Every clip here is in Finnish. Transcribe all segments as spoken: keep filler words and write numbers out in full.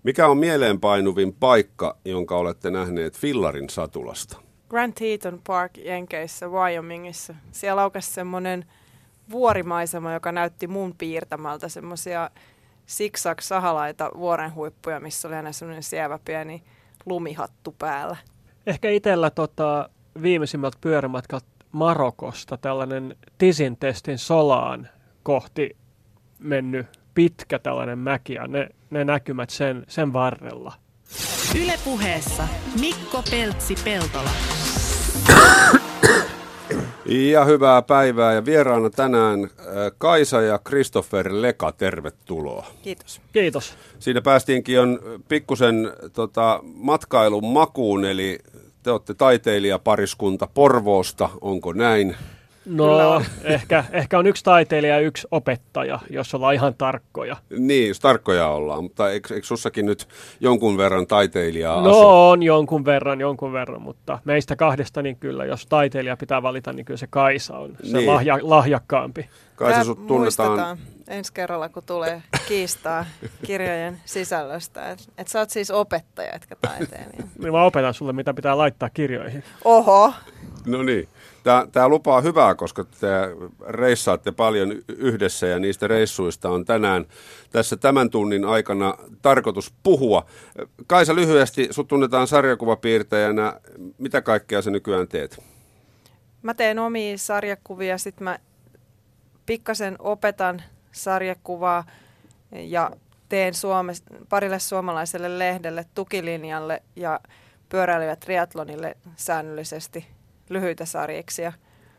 Mikä on mieleenpainuvin paikka, jonka olette nähneet fillarin satulasta? Grand Teton Park Jenkeissä, Wyomingissa. Siellä aukesi semmoinen vuorimaisema, joka näytti mun piirtämältä semmoisia zigzag-sahalaita vuorenhuippuja, missä oli aina semmoinen sievä pieni lumihattu päällä. Ehkä itsellä tota, viimeisimmältä pyörämatkalta Marokosta tällainen Tisin testin Solaan kohti mennyt pitkä tällainen mäki ja ne, ne näkymät sen, sen varrella. Yle Puheessa Mikko Peltsi-Peltola. Ja hyvää päivää ja vieraana tänään Kaisa ja Christopher Leka, tervetuloa. Kiitos. Kiitos. Siinä päästiinkin jo pikkusen tota, matkailun makuun, eli te olette taiteilijapariskunta Porvoosta, onko näin? No, ehkä, ehkä on yksi taiteilija ja yksi opettaja, jos ollaan ihan tarkkoja. Niin, jos tarkkoja ollaan, mutta eikö, eikö sussakin nyt jonkun verran taiteilijaa No asu? on jonkun verran, jonkun verran, mutta meistä kahdesta niin kyllä, jos taiteilija pitää valita, niin kyllä se Kaisa on se niin. lahja, lahjakkaampi. Kaisa, sut tunnetaan. Muistetaan ensi kerralla, kun tulee kiistaa kirjojen sisällöstä. Että et sä oot siis opettaja, etkä taiteilija. Niin mä opetan sulle, mitä pitää laittaa kirjoihin. Oho! No niin. Tämä lupaa hyvää, koska te reissaatte paljon yhdessä ja niistä reissuista on tänään tässä tämän tunnin aikana tarkoitus puhua. Kaisa, lyhyesti, sut tunnetaan sarjakuvapiirtäjänä. Mitä kaikkea sä nykyään teet? Mä teen omia sarjakuvia, sit mä pikkasen opetan sarjakuvaa ja teen Suomes, parille suomalaiselle lehdelle, Tukilinjalle ja Pyöräilijät triathlonille säännöllisesti lyhyitä sarjiksia.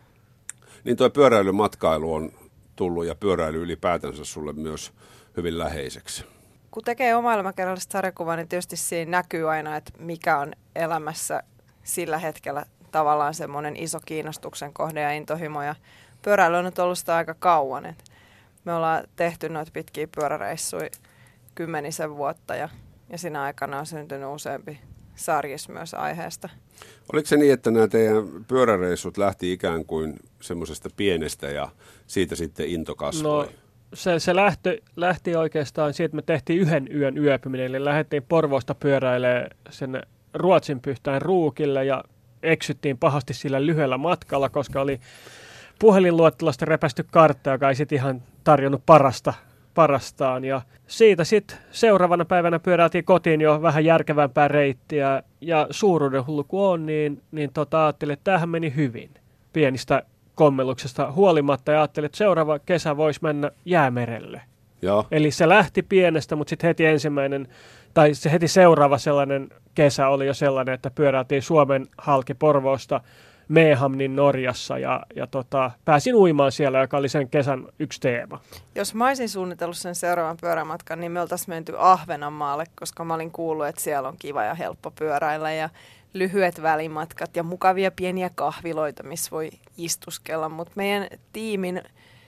Niin tuo pyöräilymatkailu on tullut ja pyöräily ylipäätänsä sulle myös hyvin läheiseksi. Kun tekee omaa elämäkerrallista sarjakuvaa, niin tietysti siinä näkyy aina, että mikä on elämässä sillä hetkellä tavallaan semmoinen iso kiinnostuksen kohde ja intohimo. Ja pyöräily on nyt ollut sitä aika kauan. Et me ollaan tehty noita pitkiä pyöräreissuja kymmenisen vuotta ja, ja siinä aikana on syntynyt useampi sarjis myös aiheesta. Oliko se niin, että nämä teidän pyöräreissut lähti ikään kuin semmoisesta pienestä ja siitä sitten into kasvoi? No se, se lähti, lähti oikeastaan siitä, että me tehtiin yhden yön yöpyminen, eli lähdettiin Porvoosta pyöräilemään sen Ruotsin Pyhtään Ruukille ja eksyttiin pahasti sillä lyhyellä matkalla, koska oli puhelinluettelosta repästy kartta, joka ei sitten ihan tarjonnut parasta parastaan. Ja siitä sitten seuraavana päivänä pyöräiltiin kotiin jo vähän järkevämpää reittiä. Ja suuruuden hullu kun on, niin, niin tota, ajattelin, että tämähän meni hyvin pienistä kommelluksesta huolimatta. Ja ajattelin, että seuraava kesä voisi mennä Jäämerelle. Joo. Eli se lähti pienestä, mutta sitten heti ensimmäinen, tai se heti seuraava sellainen kesä oli jo sellainen, että pyöräiltiin Suomen halki Porvoosta Mehamnin Norjassa ja, ja tota, pääsin uimaan siellä, joka oli sen kesän yksi teema. Jos mä olisin suunnitellut sen seuraavan pyörämatkan, niin me oltaisiin menty Ahvenanmaalle, koska mä olin kuullut, että siellä on kiva ja helppo pyöräillä ja lyhyet välimatkat ja mukavia pieniä kahviloita, missä voi istuskella. Mutta meidän tiimin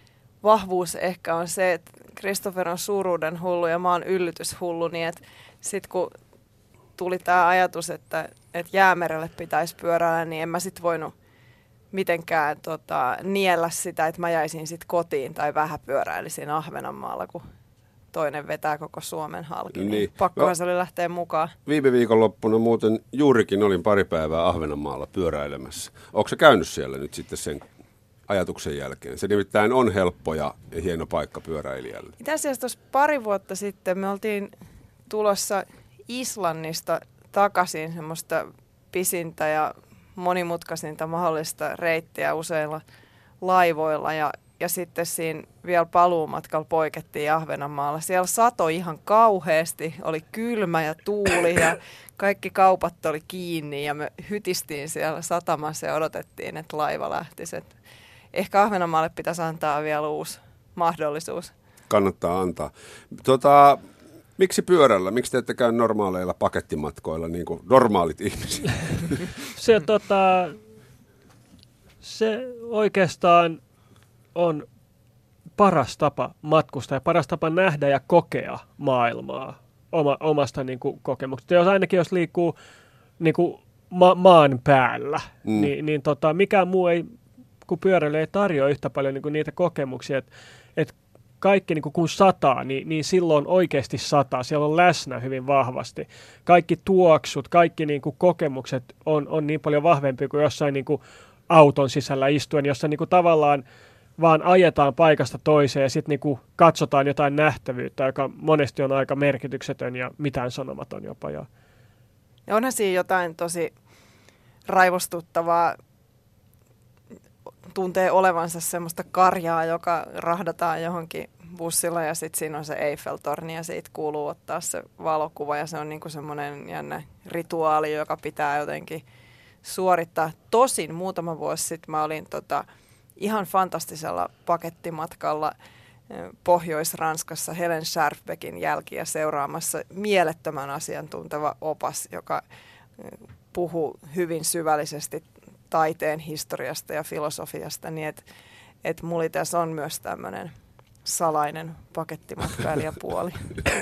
vahvuus ehkä on se, että Christopher on suuruuden hullu ja mä oon yllytyshullu, niin että sitten kun tuli tämä ajatus, että, että Jäämerelle pitäisi pyöräillä, niin en mä sitten voinut mitenkään tota, niellä sitä, että mä jäisin sitten kotiin tai vähän pyöräilisin Ahvenanmaalla, kun toinen vetää koko Suomen halki. Niin. Niin pakkohan no, se oli lähteä mukaan. Viime viikonloppuna muuten juurikin olin pari päivää Ahvenanmaalla pyöräilemässä. Oletko sä käynyt siellä nyt sitten sen ajatuksen jälkeen? Se nimittäin on helppo ja hieno paikka pyöräilijälle. Itse asiassa tuossa pari vuotta sitten me oltiin tulossa Islannista takaisin semmoista pisintä ja monimutkaisinta mahdollista reittiä useilla laivoilla ja, ja sitten siinä vielä paluumatkalla poikettiin Ahvenanmaalla. Siellä satoi ihan kauheasti, oli kylmä ja tuuli ja kaikki kaupat oli kiinni ja me hytistiin siellä satamassa ja odotettiin, että laiva lähtisi. Et ehkä Ahvenanmaalle pitäisi antaa vielä uusi mahdollisuus. Kannattaa antaa. Tota, miksi pyörällä? Miksi te ette käy normaaleilla pakettimatkoilla niin kuin normaalit ihmiset? Se, tota, se oikeastaan on paras tapa matkustaa ja paras tapa nähdä ja kokea maailmaa oma, omasta niin kuin, kokemuksesta. Jos ainakin jos liikkuu niin kuin, ma- maan päällä, mm. niin, niin tota, mikään muu ei, kun pyöräily ei tarjoa yhtä paljon niin kuin niitä kokemuksia. Et, et kaikki niin kuin kun sataa, niin, niin silloin oikeasti sataa. Siellä on läsnä hyvin vahvasti. Kaikki tuoksut, kaikki niin kuin kokemukset on, on niin paljon vahvempi kuin jossain niin kuin auton sisällä istuen, jossa niin kuin tavallaan vaan ajetaan paikasta toiseen ja sitten niin katsotaan jotain nähtävyyttä, joka monesti on aika merkityksetön ja mitään sanomaton jopa. Ja onhan siinä jotain tosi raivostuttavaa, tuntee olevansa semmoista karjaa, joka rahdataan johonkin bussilla ja sitten siinä on se Eiffel-torni ja siitä kuuluu ottaa se valokuva ja se on niinku semmoinen jännä rituaali, joka pitää jotenkin suorittaa. Tosin muutama vuosi sitten mä olin tota, ihan fantastisella pakettimatkalla Pohjois-Ranskassa Helen Scherfbeckin jälkiä seuraamassa mielettömän asiantunteva opas, joka puhuu hyvin syvällisesti taiteen historiasta ja filosofiasta, niin että et mulla tässä on myös tämmöinen salainen pakettimatkailijapuoli.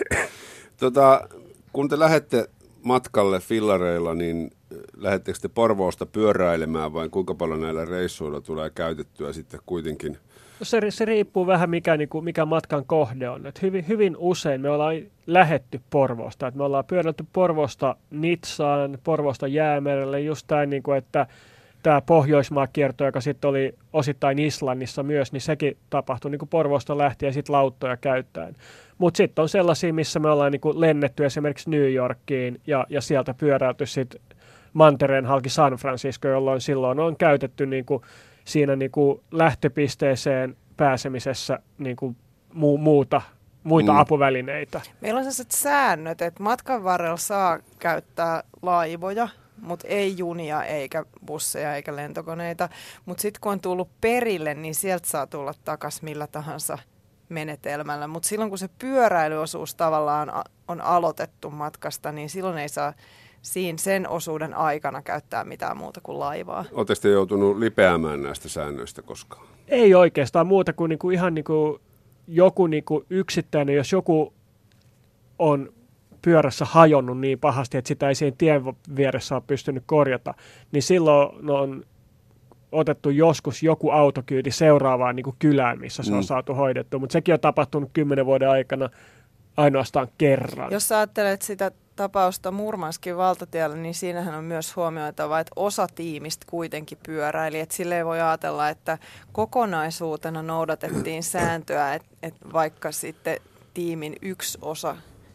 Tota, kun te lähdette matkalle fillareilla, niin lähdettekö te Porvoosta pyöräilemään vai kuinka paljon näillä reissuilla tulee käytettyä sitten kuitenkin? Se, se riippuu vähän mikä, niin kuin, mikä matkan kohde on. Et hyvin, hyvin usein me ollaan lähetty Porvoosta. Et me ollaan pyöräilty Porvoosta Nitsaan, Porvoosta Jäämerelle, just tämä, niin kuin, että tämä Pohjoismaa-kierto, joka sitten oli osittain Islannissa myös, niin sekin tapahtui niin kuin Porvoosta lähtien ja sitten lauttoja käyttäen. Mutta sitten on sellaisia, missä me ollaan niin kuin lennetty esimerkiksi New Yorkiin ja, ja sieltä pyöräilty sitten mantereen halki San Francisco, jolloin silloin on käytetty niin kuin siinä niin kuin lähtöpisteeseen pääsemisessä niin kuin mu- muuta, muita mm. apuvälineitä. Meillä on sellaiset säännöt, että matkan varrella saa käyttää laivoja, mutta ei junia, eikä busseja, eikä lentokoneita. Mutta sitten kun on tullut perille, niin sieltä saa tulla takaisin millä tahansa menetelmällä. Mutta silloin kun se pyöräilyosuus tavallaan on aloitettu matkasta, niin silloin ei saa siinä sen osuuden aikana käyttää mitään muuta kuin laivaa. Oletteko te joutunut lipeämään näistä säännöistä koskaan? Ei oikeastaan muuta kuin niinku ihan niinku joku niinku yksittäinen, jos joku on pyörässä hajonnut niin pahasti, että sitä ei siinä tien vieressä ole pystynyt korjata, niin silloin on otettu joskus joku autokyyti seuraavaan niin kuin kylään, missä se mm. on saatu hoidettua, mutta sekin on tapahtunut kymmenen vuoden aikana ainoastaan kerran. Jos ajattelet sitä tapausta Murmanskin valtatiellä, niin siinähän on myös huomioitava, että osa tiimistä kuitenkin pyöräili. Että silleen voi ajatella, että kokonaisuutena noudatettiin sääntöä, että, että vaikka sitten tiimin yksi osa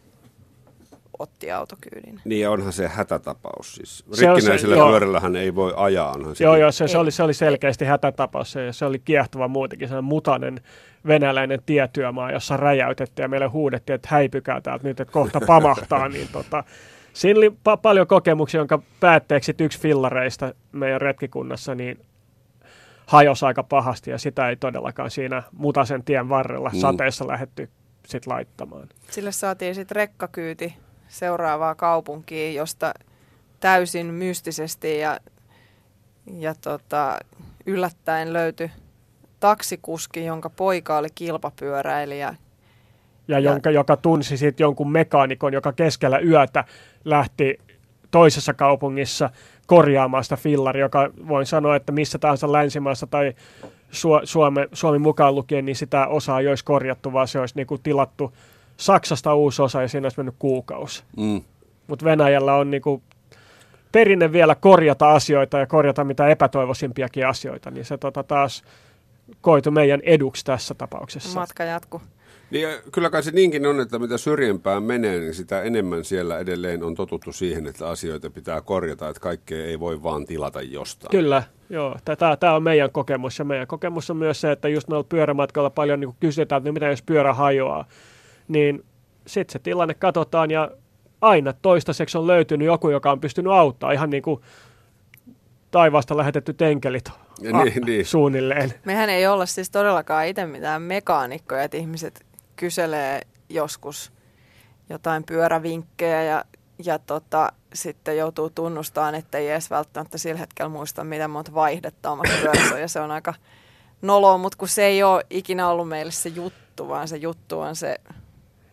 otti autokyydin. Niin ja onhan se hätätapaus. Siis rikkinäisellä pyörällähän ei voi ajaa. Onhan joo, joo se, se, oli, se oli selkeästi hätätapaus. Se, se oli kiehtova muutenkin, sellainen mutainen venäläinen tietyömaa, jossa räjäytettiin ja meille huudettiin, että häipykää täältä nyt, että kohta pamahtaa. niin tota, siinä oli pa- paljon kokemuksia, jonka päätteeksi yksi fillareista meidän retkikunnassa niin hajosi aika pahasti ja sitä ei todellakaan siinä mutaisen tien varrella mm. sateessa lähdetty sit laittamaan. Sille saatiin sitten rekkakyyti seuraavaa kaupunkiin, josta täysin mystisesti ja, ja tota, yllättäen löytyi taksikuski, jonka poika oli kilpapyöräilijä. Ja, ja jonka, joka tunsi sitten jonkun mekaanikon, joka keskellä yötä lähti toisessa kaupungissa korjaamaan sitä fillari, joka voin sanoa, että missä tahansa länsimaassa tai Suome, Suomi mukaan lukien, niin sitä osaa ei olisi korjattu, vaan se olisi niin kuin tilattu Saksasta uusi osa ja siinä olisi mennyt kuukausi. Mm. Mutta Venäjällä on niin kuin perinne vielä korjata asioita ja korjata mitä epätoivoisimpiakin asioita, niin se tota taas koitu meidän eduksi tässä tapauksessa. Matka jatkuu. Niin, kyllä kai se niinkin on, että mitä syrjempään menee, niin sitä enemmän siellä edelleen on totuttu siihen, että asioita pitää korjata, että kaikkea ei voi vaan tilata jostain. Kyllä, joo. Tämä on meidän kokemus ja meidän kokemus on myös se, että just noilla pyörämatkalla paljon niin kysytään, että mitä jos pyörä hajoaa, niin sitten se tilanne katsotaan ja aina toistaiseksi on löytynyt joku, joka on pystynyt auttamaan ihan niin kuin taivaasta lähetetty enkelit a- niin, niin. suunnilleen. Mehän ei olla siis todellakaan itse mitään mekaanikkoja, että ihmiset kyselee joskus jotain pyörävinkkejä ja, ja tota, sitten joutuu tunnustamaan, että ei edes välttämättä sillä hetkellä muista, mitä monta vaihdetta omassa pyörässä on, ja se on aika noloa, mutta kun se ei ole ikinä ollut meille se juttu, vaan se juttu on se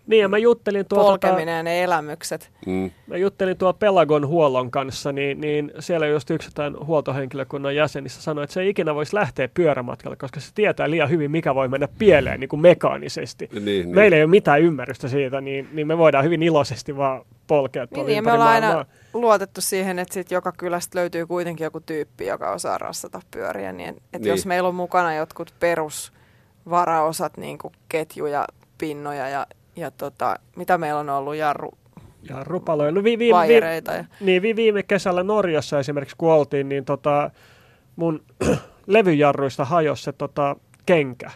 Niin, ja mä juttelin tuolla... polkeminen ja ne elämykset. Mm. Mä juttelin tuolla Pelagon huollon kanssa, niin, niin siellä just yksi jotain huoltohenkilökunnan jäsenistä sanoi, että se ei ikinä voisi lähteä pyörämatkalle, koska se tietää liian hyvin, mikä voi mennä pieleen niin kuin mekaanisesti. Niin, niin. Meillä ei ole mitään ymmärrystä siitä, niin, niin me voidaan hyvin iloisesti vaan polkea tuolla niin, ympäri me ollaan maailmaa. aina luotettu siihen, että sit joka kylästä löytyy kuitenkin joku tyyppi, joka osaa rassata pyöriä. Niin, että niin. Jos meillä on mukana jotkut perusvaraosat, niin kuin ketjuja, pinnoja ja, ja tota, mitä meillä on ollut, jarru, jarrupaloja. No vi, vi, vaijereita. Vi, ja... niin, vi, viime kesällä Norjassa esimerkiksi kun oltiin, niin tota, mun levyjarruista hajosi se tota, kenkä.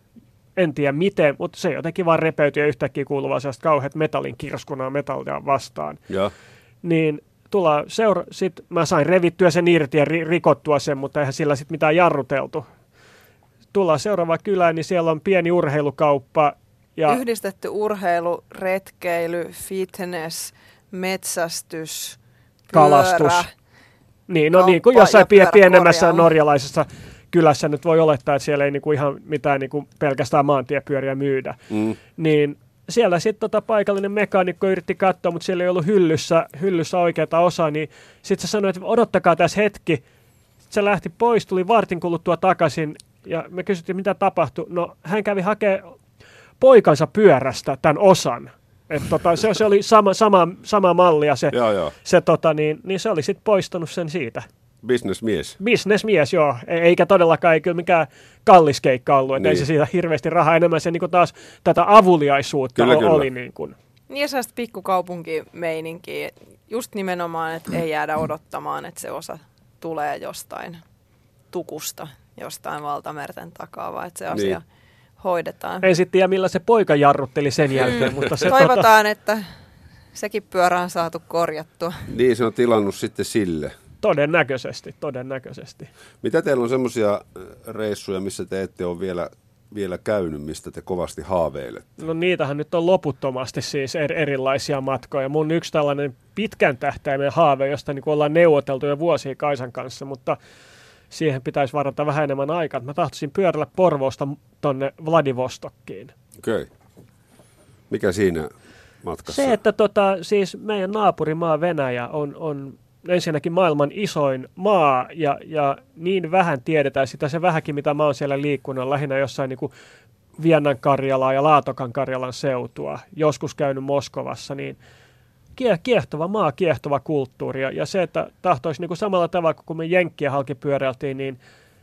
En tiedä miten, mutta se jotenkin vaan repeytyi ja yhtäkkiä kuuluvaa sellaista kauheat metallin kirskunaa metallia vastaan. Ja. Niin tulla seura- sit mä sain revittyä sen irti ja ri- rikottua sen, mutta eihän sillä sitten mitään jarruteltu. Tullaan seuraavaan kylään, niin siellä on pieni urheilukauppa. Ja yhdistetty urheilu, retkeily, fitness, metsästys, kalastus. pyörä, niin, no niin kuin jossain pie- pienemmässä korjaama. norjalaisessa kylässä nyt voi olettaa, että siellä ei niinku ihan mitään niinku pelkästään maantiepyöriä myydä. Mm. Niin siellä sitten tota paikallinen mekaanikko yritti katsoa, mutta siellä ei ollut hyllyssä, hyllyssä oikeaa osaa, niin sitten se sanoi, että odottakaa tässä hetki. Sitten se lähti pois, tuli vartin kuluttua takaisin ja me kysyttiin, mitä tapahtui. No hän kävi hakemaan poikansa pyörästä tämän osan. Et tota, se, se oli sama, sama, sama malli ja se, joo, joo. se, tota, niin, niin se oli sitten poistanut sen siitä. Businessmies. Businessmies, joo. Eikä todellakaan ei kyllä mikään kallis keikka ollut. Niin. Ei se siitä hirveästi rahaa. Enemmän se niin taas tätä avuliaisuutta kyllä, o- kyllä. oli. Niin, kuin. Niin ja sellaista pikkukaupunkimeininkiä. Just nimenomaan, että ei jäädä odottamaan, että se osa tulee jostain tukusta, jostain valtamerten takaa, vaan että se asia niin. hoidetaan. En sitten tiedä, millä se poika jarrutteli sen jälkeen. mutta se, Toivotaan, tota... että sekin pyörä on saatu korjattua. Niin, se on tilannut sitten sille. Todennäköisesti, todennäköisesti. Mitä teillä on semmoisia reissuja, missä te ette ole vielä, vielä käynyt, mistä te kovasti haaveilette? No niitähän nyt on loputtomasti siis er, erilaisia matkoja. Mun yksi tällainen pitkän tähtäimen haave, josta niin ollaan neuvoteltu jo vuosia Kaisan kanssa, mutta siihen pitäisi varata vähän enemmän aikaa. Mä tahtoisin pyörällä Porvoosta tonne Vladivostokkiin. Okei. Okay. Mikä siinä matkassa? Se, että tota, siis meidän naapurimaa Venäjä on, on ensinnäkin maailman isoin maa ja, ja niin vähän tiedetään sitä. Se vähänkin, mitä mä oon siellä liikkunut, lähinnä jossain niin kuin Viennan Karjalaa ja Laatokan Karjalan seutua, joskus käynyt Moskovassa, niin kiehtova maa, kiehtova kulttuuri. Ja, ja se, että tahtoisi niin kuin samalla tavalla, kun me Jenkkiä halki pyöräiltiin, niin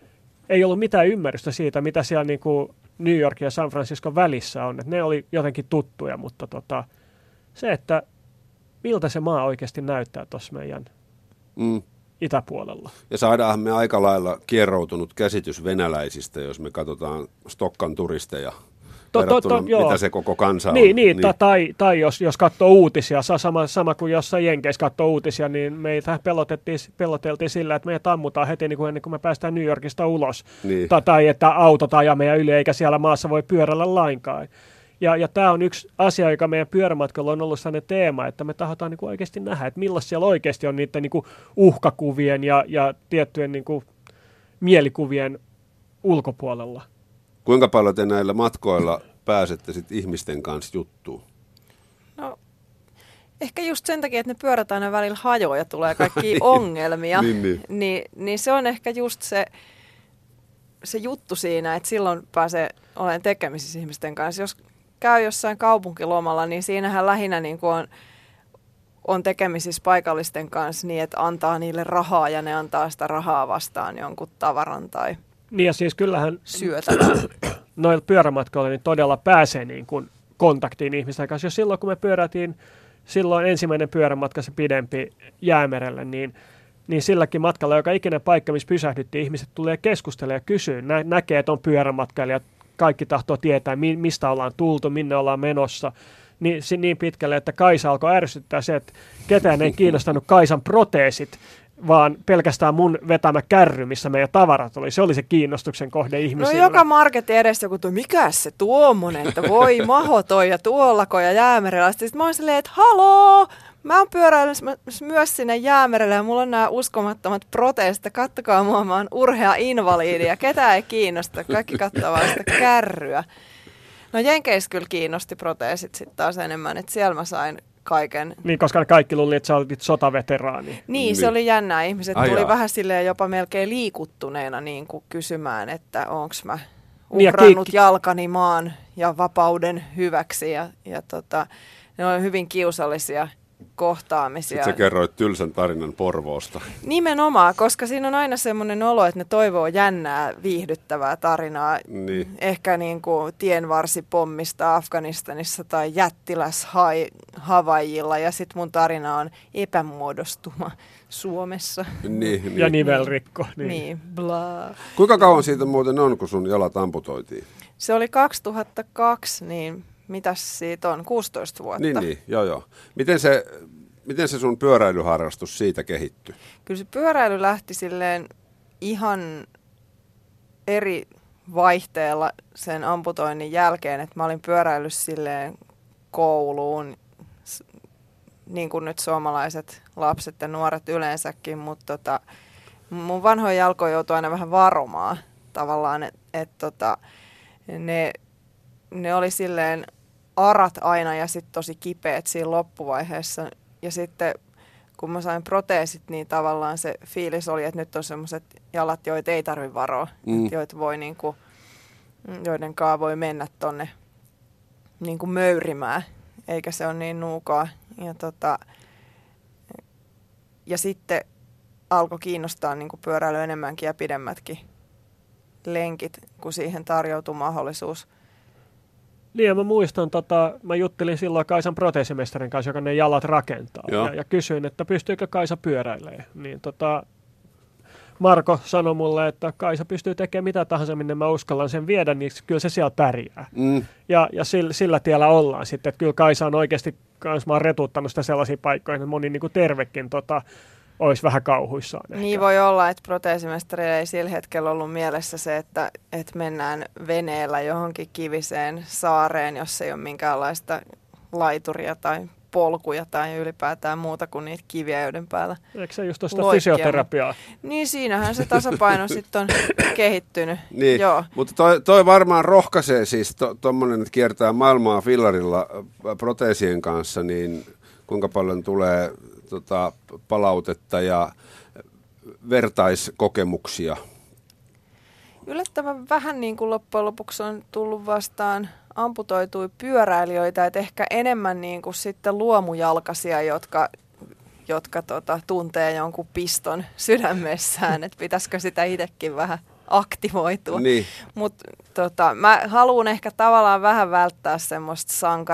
ei ollut mitään ymmärrystä siitä, mitä siellä niin kuin New York ja San Francisco välissä on. Et ne oli jotenkin tuttuja, mutta tota, se, että miltä se maa oikeasti näyttää tuossa meidän mm. itäpuolella. Ja saadaanhan me aika lailla kierroutunut käsitys venäläisistä, jos me katsotaan Stokkan turisteja. To, to, to, mitä se koko kansa niin, on. Niin, niin. tai, tai jos, jos katsoo uutisia, sama, sama kuin jossain Jenkeissä katsoo uutisia, niin meitä peloteltiin sillä, että meidät ammutaan heti niin kuin ennen kuin me päästään New Yorkista ulos. Niin. Ta, tai että autot ajaa meidän yli, eikä siellä maassa voi pyörällä lainkaan. Ja, ja tämä on yksi asia, joka meidän pyörämatkalla on ollut sellainen teema, että me tahdotaan niin kuin oikeasti nähdä, että millaisia siellä oikeasti on niiden niin kuin uhkakuvien ja, ja tiettyjen niin kuin mielikuvien ulkopuolella. Kuinka paljon te näillä matkoilla pääsette sit ihmisten kanssa juttuun? No, ehkä just sen takia, että ne pyörät aina välillä hajoaa ja tulee kaikkia ongelmia, niin, niin. Niin, niin se on ehkä just se, se juttu siinä, että silloin pääsee olemaan tekemisissä ihmisten kanssa. Jos käy jossain kaupunkilomalla, niin siinähän lähinnä niin kuin on, on tekemisissä paikallisten kanssa niin, että antaa niille rahaa ja ne antaa sitä rahaa vastaan jonkun tavaran tai niin ja siis kyllähän syötävää. Noilla pyörämatkoilla niin todella pääsee niin kuin kontaktiin ihmisten kanssa. Jos silloin, kun me pyörätiin, silloin ensimmäinen pyörämatka, se pidempi Jäämerelle, niin, niin silläkin matkalla, joka ikinen paikka, missä pysähdyttiin, ihmiset tulee keskustelemaan ja kysyä. Nä, näkee, että on pyörämatkailija, kaikki tahtoo tietää, mi, mistä ollaan tultu, minne ollaan menossa. Niin, niin pitkälle, että Kaisa alkoi ärsyttää se, että ketään ei kiinnostanut Kaisan proteesit, vaan pelkästään mun vetämä kärry, missä meidän tavarat oli. Se oli se kiinnostuksen kohde ihmisille. No joka marketin edessä joku tuo, mikä se tuommoinen, että voi maho toi ja tuollako ja Jäämerellä. Sitten mä oon silleen, että haloo, mä oon pyöräilyssä myös sinne Jäämerelle ja mulla on nämä uskomattomat proteesit. Kattokaa mua, mä oon urhea invaliidi ja ketään ei kiinnosta. Kaikki katsoo vaan sitä kärryä. No Jenkeissä kyllä kiinnosti proteesit sitten taas enemmän, että siellä mä sain kaiken. Niin, koska kaikki luuli, että sä olit sotaveteraani. Niin, Niin. se oli jännää. Ihmiset Ai tuli jaa. vähän silleen jopa melkein liikuttuneena niin kuin kysymään, että onko mä Niin ja uhrannut ki- jalkani maan ja vapauden hyväksi. Ja, ja tota, ne oli hyvin kiusallisia kohtaamisia. Sitten sä kerroit tylsän tarinan Porvoosta. Nimenomaan, koska siinä on aina semmoinen olo, että ne toivoo jännää, viihdyttävää tarinaa. Niin. Ehkä niin kuin tienvarsipommista Afganistanissa tai jättiläs Havaijilla. Ja sitten mun tarina on epämuodostuma Suomessa. Niin, niin. Ja nivelrikko. Niin, Niin. niin bla. Kuinka kauan siitä muuten on, kun sun jalat amputoitiin? Se oli kaksituhattakaksi, niin mitäs siitä on? kuusitoista vuotta. Niin, niin, joo joo. Miten se, miten se sun pyöräilyharrastus siitä kehittyi? Kyllä se pyöräily lähti silleen ihan eri vaihteella sen amputoinnin jälkeen, että mä olin pyöräillyt silleen kouluun, s- niin kuin nyt suomalaiset lapset ja nuoret yleensäkin, mutta tota, mun vanhoja jalkoja joutui aina vähän varomaan tavallaan, että et tota, ne, ne oli silleen arat aina ja sitten tosi kipeät siinä loppuvaiheessa. Ja sitten kun mä sain proteesit, niin tavallaan se fiilis oli, että nyt on semmoiset jalat, joita ei tarvitse varoa, Mm. mm. joita voi niinku, joiden kaa voi mennä tonne niinku möyrimään, eikä se ole niin nuukaa. Ja, tota, ja sitten alkoi kiinnostaa niinku pyöräily enemmänkin ja pidemmätkin lenkit, kun siihen tarjoutui mahdollisuus. Niin, ja mä muistan, tota, mä juttelin silloin Kaisan proteesimestarin kanssa, joka ne jalat rakentaa. Joo. Ja, ja kysyin, että pystyykö Kaisa pyöräilemään. Niin tota, Marko sanoi mulle, että Kaisa pystyy tekemään mitä tahansa, minne mä uskallan sen viedä, niin kyllä se siellä pärjää. Mm. Ja, ja sillä, sillä tiellä ollaan sitten. Että kyllä Kaisa on oikeasti, kans mä oon retuttanut sitä sellaisiin paikkoihin, että moni niin kuin tervekin tota, olisi vähän kauhuissaan. Niin ehkä. voi olla, että proteesimestarilla ei sillä hetkellä ollut mielessä se, että, että mennään veneellä johonkin kiviseen saareen, jos ei ole minkäänlaista laituria tai polkuja tai ylipäätään muuta kuin niitä kiviä, joiden päällä. Eikö se just tuosta loikkia, fysioterapiaa? Niin siinähän se tasapaino sitten on kehittynyt. Niin, Joo. mutta toi, toi varmaan rohkaisee siis tuommoinen, to, että kiertää maailmaa fillarilla äh, proteesien kanssa, niin kuinka paljon tulee tota, palautetta ja vertaiskokemuksia? Yllättävän vähän niin kuin loppujen lopuksi on tullut vastaan amputoitui pyöräilijöitä, että ehkä enemmän niin kuin sitten luomujalkaisia, jotka, jotka tota, tuntee jonkun piston sydämessään, että pitäisikö sitä itsekin vähän aktivoitua. Niin. Mutta tota, mä haluan ehkä tavallaan vähän välttää semmoista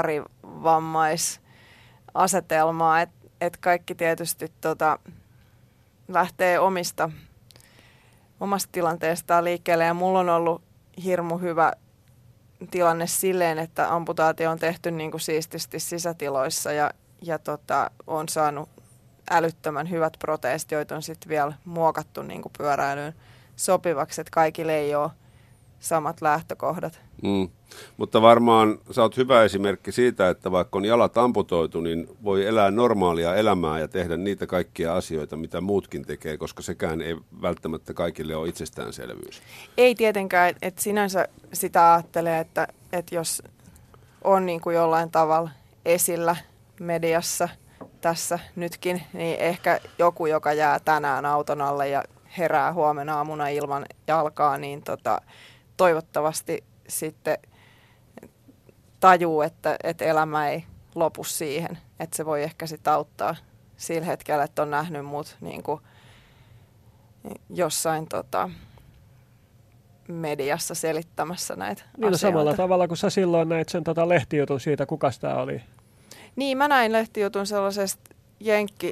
sankarivamaisasetelmaa, että et kaikki tietysti tota, lähtee omista, omasta tilanteestaan liikkeelle ja mulla on ollut hirmu hyvä tilanne silleen, että amputaatio on tehty niin kuin siististi sisätiloissa ja, ja tota, on saanut älyttömän hyvät proteesit, joita on sitten vielä muokattu niin kuin pyöräilyyn sopivaksi, että kaikille ei ole samat lähtökohdat. Mm. Mutta varmaan sä oot hyvä esimerkki siitä, että vaikka on jalat amputoitu, niin voi elää normaalia elämää ja tehdä niitä kaikkia asioita, mitä muutkin tekee, koska sekään ei välttämättä kaikille ole itsestäänselvyys. Ei tietenkään, että et sinänsä sitä ajattelee, että et jos on niin kuin jollain tavalla esillä mediassa tässä nytkin, niin ehkä joku, joka jää tänään auton alle ja herää huomenna aamuna ilman jalkaa, niin tota, toivottavasti sitten tajuu, että, että elämä ei lopu siihen. Että se voi ehkä sitten auttaa sillä hetkellä, että on nähnyt mut niin kuin jossain tota, mediassa selittämässä näitä Niin asioita. samalla tavalla kuin sä silloin näit sen tota lehtijutun siitä, kuka tämä oli. Niin, mä näin lehtijutun sellaisesta jenkki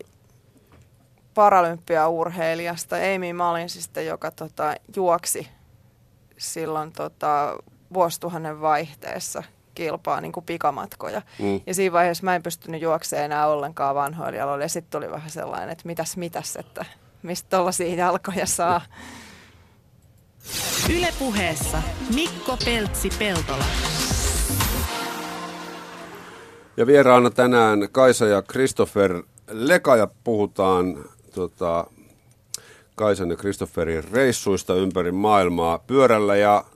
paralympiaurheilijasta Amy Mullinsista, joka tota, juoksi silloin tota, vuosituhannen vaihteessa kilpaa niin kuin pikamatkoja. Mm. Ja siinä vaiheessa mä en pystynyt juoksemaan enää ollenkaan vanhoilla jaloilla. Ja sitten tuli vähän sellainen, että mitäs mitäs, että mistä tollaisia jalkoja saa. Yle Puheessa Mikko Peltsi-Peltola. Ja vieraana tänään Kaisa ja Christopher Leka ja puhutaan tota, Kaisan ja Christopherin reissuista ympäri maailmaa pyörällä ja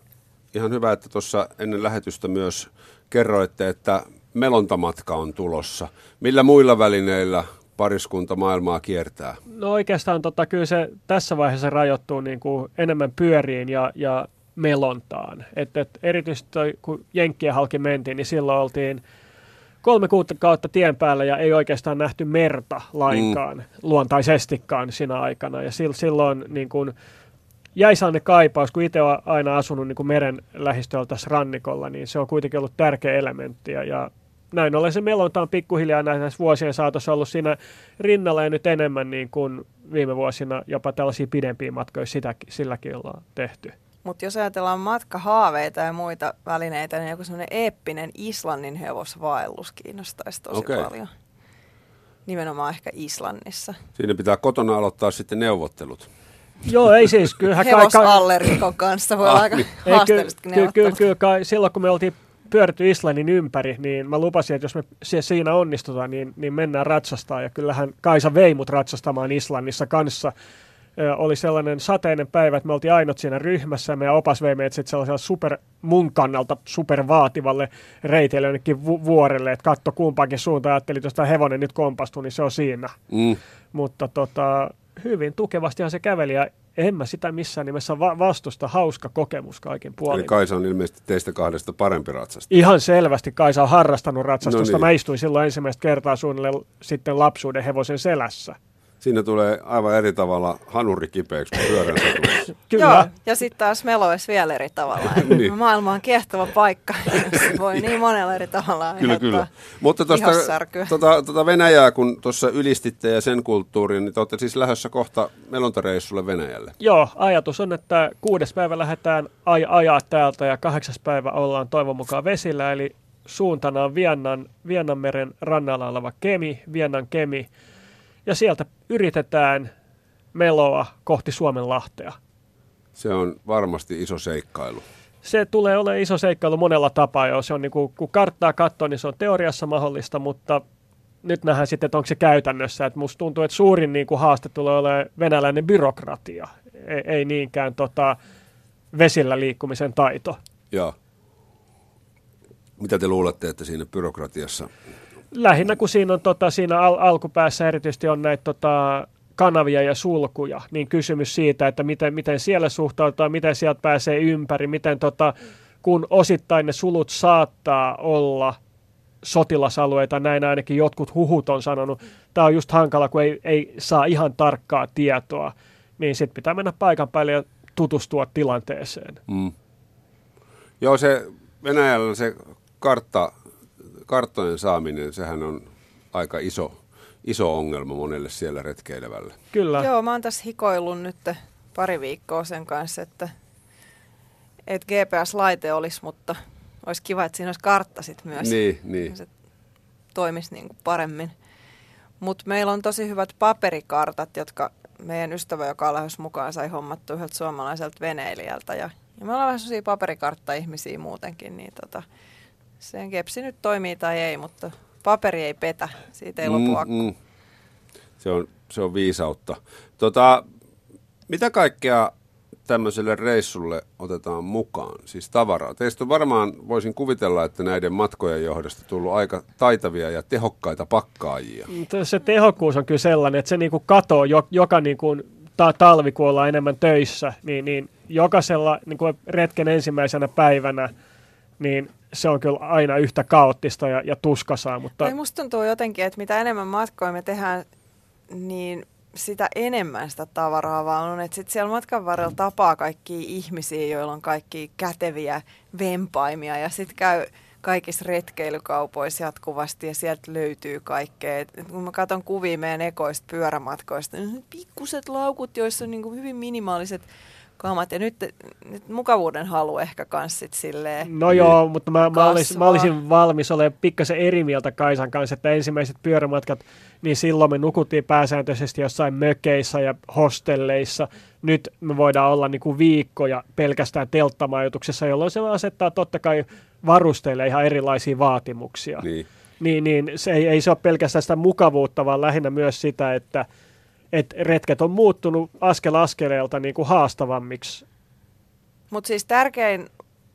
ihan hyvä, että tuossa ennen lähetystä myös kerroitte, että melontamatka on tulossa. Millä muilla välineillä pariskunta maailmaa kiertää? No oikeastaan tota, kyllä se tässä vaiheessa rajoittuu niin kuin enemmän pyöriin ja, ja melontaan. Et, et erityisesti toi, kun Jenkkien halki mentiin, niin silloin oltiin kolme kuukautta tien päällä ja ei oikeastaan nähty merta lainkaan, mm. luontaisestikaan siinä aikana. Ja silloin niin kuin jäi sellainen kaipaus, kun itse olen aina asunut niin kuin meren lähistöllä tässä rannikolla, niin se on kuitenkin ollut tärkeä elementti. Ja, ja näin ollen se melonta on pikkuhiljaa näissä vuosien saatossa ollut siinä rinnalla ja nyt enemmän niin kuin viime vuosina jopa tällaisia pidempiä matkoja sitäkin, silläkin ollaan tehty. Mutta jos ajatellaan matkahaaveita ja muita välineitä, niin joku semmoinen eeppinen Islannin hevosvaellus kiinnostaisi tosi okay. paljon. Nimenomaan ehkä Islannissa. Siinä pitää kotona aloittaa sitten neuvottelut. Joo, ei siis. Kyllähän hevosallergikon kanssa voi olla ah, aika niin. haasteellisetkin neuvottelut. Kyllä, kyllä, kyllä, silloin kun me oltiin pyöritty Islannin ympäri, niin mä lupasin, että jos me siinä onnistutaan, niin, niin mennään ratsastamaan. Ja kyllähän Kaisa vei mut ratsastamaan Islannissa kanssa. Oli sellainen sateinen päivä, että me oltiin ainut siinä ryhmässä ja meidän opas vei meidät sitten sellaisella super, mun kannalta supervaativalle reiteille jonnekin vu- vuorelle, että katso kumpaankin suuntaan, ajattelin, että jos tämä hevonen nyt kompastuu, niin se on siinä. Mm. Mutta tota, hyvin tukevastihan se käveli ja en mä sitä missään nimessä va- vastusta, hauska kokemus kaikin puolin. Eli Kaisa on ilmeisesti teistä kahdesta parempi ratsastaja. Ihan selvästi Kaisa on harrastanut ratsastusta. No niin. Mä istuin silloin ensimmäistä kertaa suunnilleen sitten lapsuuden hevosen selässä. Siinä tulee aivan eri tavalla hanuri kipeäksi kuin pyörän satuissa. Kyllä. Joo, ja sitten taas melois vielä eri tavalla. niin. Maailma on kiehtova paikka, jossa voi niin monella eri tavalla kyllä, kyllä. Mutta tuosta tuota, tuota Venäjää, kun tuossa ylistitte ja sen kulttuuriin, niin te olette siis lähdössä kohta melontareissulle Venäjälle. Joo, ajatus on, että kuudes päivä lähdetään aj- ajaa täältä ja kahdeksas päivä ollaan toivon mukaan vesillä, eli suuntana on Viennan, Viennanmeren rannalla oleva Kemi, Viennan Kemi. Ja sieltä yritetään meloa kohti Suomenlahtea. Se on varmasti iso seikkailu. Se tulee olemaan iso seikkailu monella tapaa. Jo. Se on niin kuin, kun karttaa katsoo, niin se on teoriassa mahdollista, mutta nyt nähdään sitten, että onko se käytännössä. Et musta tuntuu, että suurin niin kuin haaste tulee olemaan venäläinen byrokratia, ei, ei niinkään tota, vesillä liikkumisen taito. Joo. Mitä te luulette, että siinä byrokratiassa... Lähinnä kun siinä on tota, siinä al- alkupäässä erityisesti on näitä tota, kanavia ja sulkuja, niin kysymys siitä, että miten, miten siellä suhtautuu, miten sieltä pääsee ympäri, miten tota, kun osittain ne sulut saattaa olla sotilasalueita, näin ainakin jotkut huhut on sanonut, tämä on just hankala, kun ei, ei saa ihan tarkkaa tietoa, niin sitten pitää mennä paikan päälle ja tutustua tilanteeseen. Mm. Joo, se Venäjällä se kartta... Karttojen saaminen, sehän on aika iso, iso ongelma monelle siellä retkeilevälle. Kyllä. Joo, mä oon tässä hikoillut nyt pari viikkoa sen kanssa, että, että G P S-laite olisi, mutta olisi kiva, että siinä olisi kartta sit myös. Niin, niin. Se toimisi niin kuin paremmin. Mutta meillä on tosi hyvät paperikartat, jotka meidän ystävä, joka on lähes mukaan, sai hommattua yhdeltä suomalaiselta veneilijältä. Ja, ja me ollaan vähän sellaisia paperikartta-ihmisiä muutenkin, niin tota... Sen kepsi nyt toimii tai ei, mutta paperi ei petä. Siitä ei lopu akku. Mm, mm. Se on, se on viisautta. Tota, mitä kaikkea tämmöiselle reissulle otetaan mukaan? Siis tavaraa. Teistä on varmaan, voisin kuvitella, että näiden matkojen johdosta tullut aika taitavia ja tehokkaita pakkaajia. Se tehokkuus on kyllä sellainen, että se niinku katoo joka niinku ta- talvi, kun ollaan enemmän töissä, niin, niin jokaisella niinku retken ensimmäisenä päivänä, niin se on kyllä aina yhtä kaoottista ja, ja tuskasaa. Mutta... Musta tuntuu jotenkin, että mitä enemmän matkoja me tehdään, niin sitä enemmän sitä tavaraa vaan on. Että sitten siellä matkan varrella tapaa kaikkia ihmisiä, joilla on kaikki käteviä vempaimia ja sitten käy kaikissa retkeilykaupoissa jatkuvasti ja sieltä löytyy kaikkea. Et kun mä katson kuvia meidän ekoista pyörämatkoista, niin pikkuset laukut, joissa on niin kuin hyvin minimaaliset kamat. Ja nyt, nyt mukavuuden halu ehkä kans sit silleen. No joo, mutta mä, mä, olisin, mä olisin valmis olemaan pikkasen eri mieltä Kaisan kanssa, että ensimmäiset pyörämatkat, niin silloin me nukuttiin pääsääntöisesti jossain mökeissä ja hostelleissa. Nyt me voidaan olla niin kuin viikkoja pelkästään telttamajoituksessa, jolloin se asettaa totta kai varusteille ihan erilaisia vaatimuksia. Niin, niin, niin se ei, ei se ole pelkästään sitä mukavuutta, vaan lähinnä myös sitä, että et retket on muuttunut askel askeleelta niin kuin haastavammiksi. Mutta siis tärkein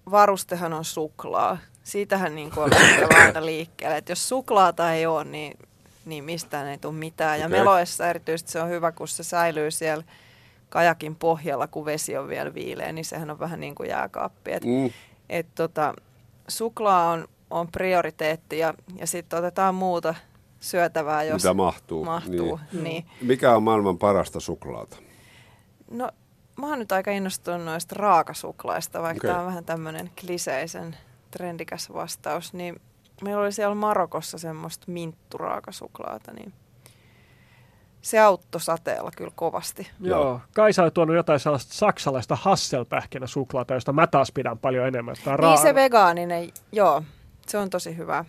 varustehan on suklaa. Siitähän niin kuin on lähtevä aina liikkeelle. Et jos suklaata ei ole, niin, niin mistään ei tule mitään. Ja Okei. meloessa erityisesti se on hyvä, kun se säilyy siellä kajakin pohjalla, kun vesi on vielä viileä, niin sehän on vähän niin kuin jääkaappi. Et, Mm. et tota, suklaa on, on prioriteetti ja, ja sitten otetaan muuta syötävää, jos Mitä mahtuu. mahtuu. Niin. Niin. Mikä on maailman parasta suklaata? No, mä oon nyt aika innostunut noista raakasuklaista, vaikka Okei. tämä on vähän tämmöinen kliseisen trendikäs vastaus. Niin meillä oli siellä Marokossa semmoista mintturaakasuklaata, niin se auttoi sateella kyllä kovasti. Joo. Kaisa on tuonut jotain sellaista saksalaista Hasselpähkinä suklaata, josta mä taas pidän paljon enemmän. Sitä Niin se vegaaninen, joo, se on tosi hyvä.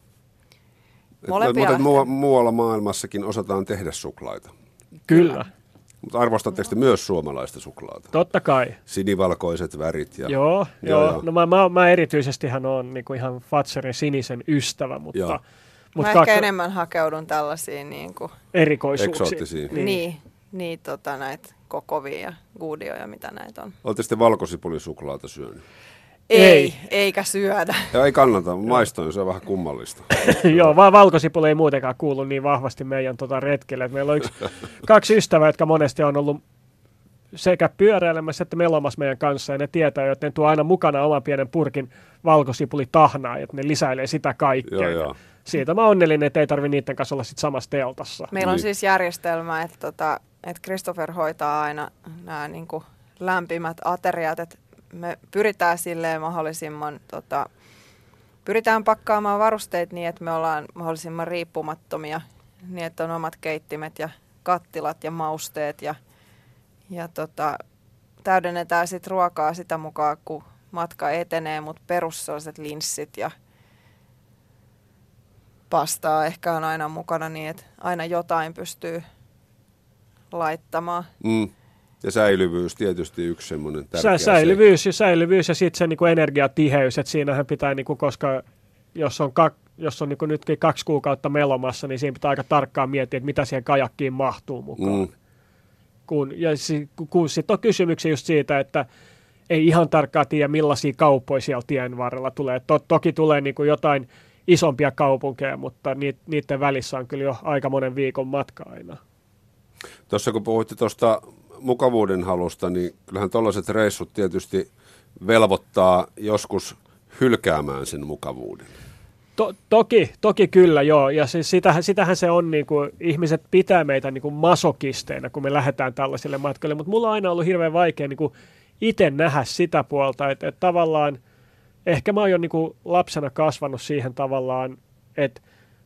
Molempia Mutta muu- muualla maailmassakin osataan tehdä suklaita. Kyllä, Mutta arvostatteko te myös suomalaista suklaata? totta kai. Sinivalkoiset värit ja... Joo, Joo, joo. joo. No mä, mä, mä erityisestihän on niinku ihan Fatserin sinisen ystävä, mutta, Joo. mutta Mä ehkä kak- enemmän hakeudun tällaisiin niin kuin, erikoisuuksiin. Eksoottisiin. niin, niin, niin tota, näitä kokovia ja guudioja, mitä näitä on. Olette sitten valkosipulisuklaata syönyt? Ei, Ei. eikä syödä. Ja ei kannata, maistoin, se on vähän kummallista. Joo, vaan valkosipuli ei muutenkaan kuulu niin vahvasti meidän tota retkelle. Et meillä on yksi, kaksi ystävää, jotka monesti on ollut sekä pyöräilemässä että melomassa meidän kanssa. Ja ne tietää, että ne tuo aina mukana oman pienen purkin valkosipulitahnaa, että ne lisäilee sitä kaikkea. Joo, joo. Siitä mä oon onnellinen, että ei tarvi niiden kanssa olla sit samassa teltassa. Meillä on Niin. siis järjestelmä, että, tota, että Christopher hoitaa aina nämä niin kuin lämpimät ateriat, että me pyritään silleen mahdollisimman, tota, pyritään pakkaamaan varusteet niin, että me ollaan mahdollisimman riippumattomia, niin että on omat keittimet ja kattilat ja mausteet ja, ja tota, täydennetään sitten ruokaa sitä mukaan, kun matka etenee, mutta perus sellaiset linssit ja pastaa ehkä on aina mukana niin, että aina jotain pystyy laittamaan. Mm. Ja säilyvyys tietysti yksi semmoinen tärkeä Sä, säilyvyys, ja säilyvyys ja sitten se niinku energiatiheys, että siinähän pitää, niinku, koska jos on, kak, jos on niinku nytkin kaksi kuukautta melomassa, niin siinä pitää aika tarkkaan miettiä, että mitä siihen kajakkiin mahtuu mukaan. Mm. Kun, ja si, kun sitten on kysymyksiä just siitä, että ei ihan tarkkaan tiedä, millaisia kauppoja siellä tien varrella tulee. To, toki tulee niinku jotain isompia kaupunkeja, mutta ni, niiden välissä on kyllä jo aika monen viikon matka aina. Tuossa kun puhuitte tuosta mukavuuden halusta, niin kyllähän tuollaiset reissut tietysti velvoittaa joskus hylkäämään sen mukavuuden. To, toki, toki kyllä, joo. Ja siis sitähän, sitähän se on, niin kuin, ihmiset pitää meitä niin kuin masokisteina, kun me lähdetään tällaisille matkoille. Mutta mulla on aina ollut hirveän vaikea niin kuin itse nähdä sitä puolta, että, että tavallaan, ehkä mä oon jo niin kuin lapsena kasvanut siihen tavallaan, että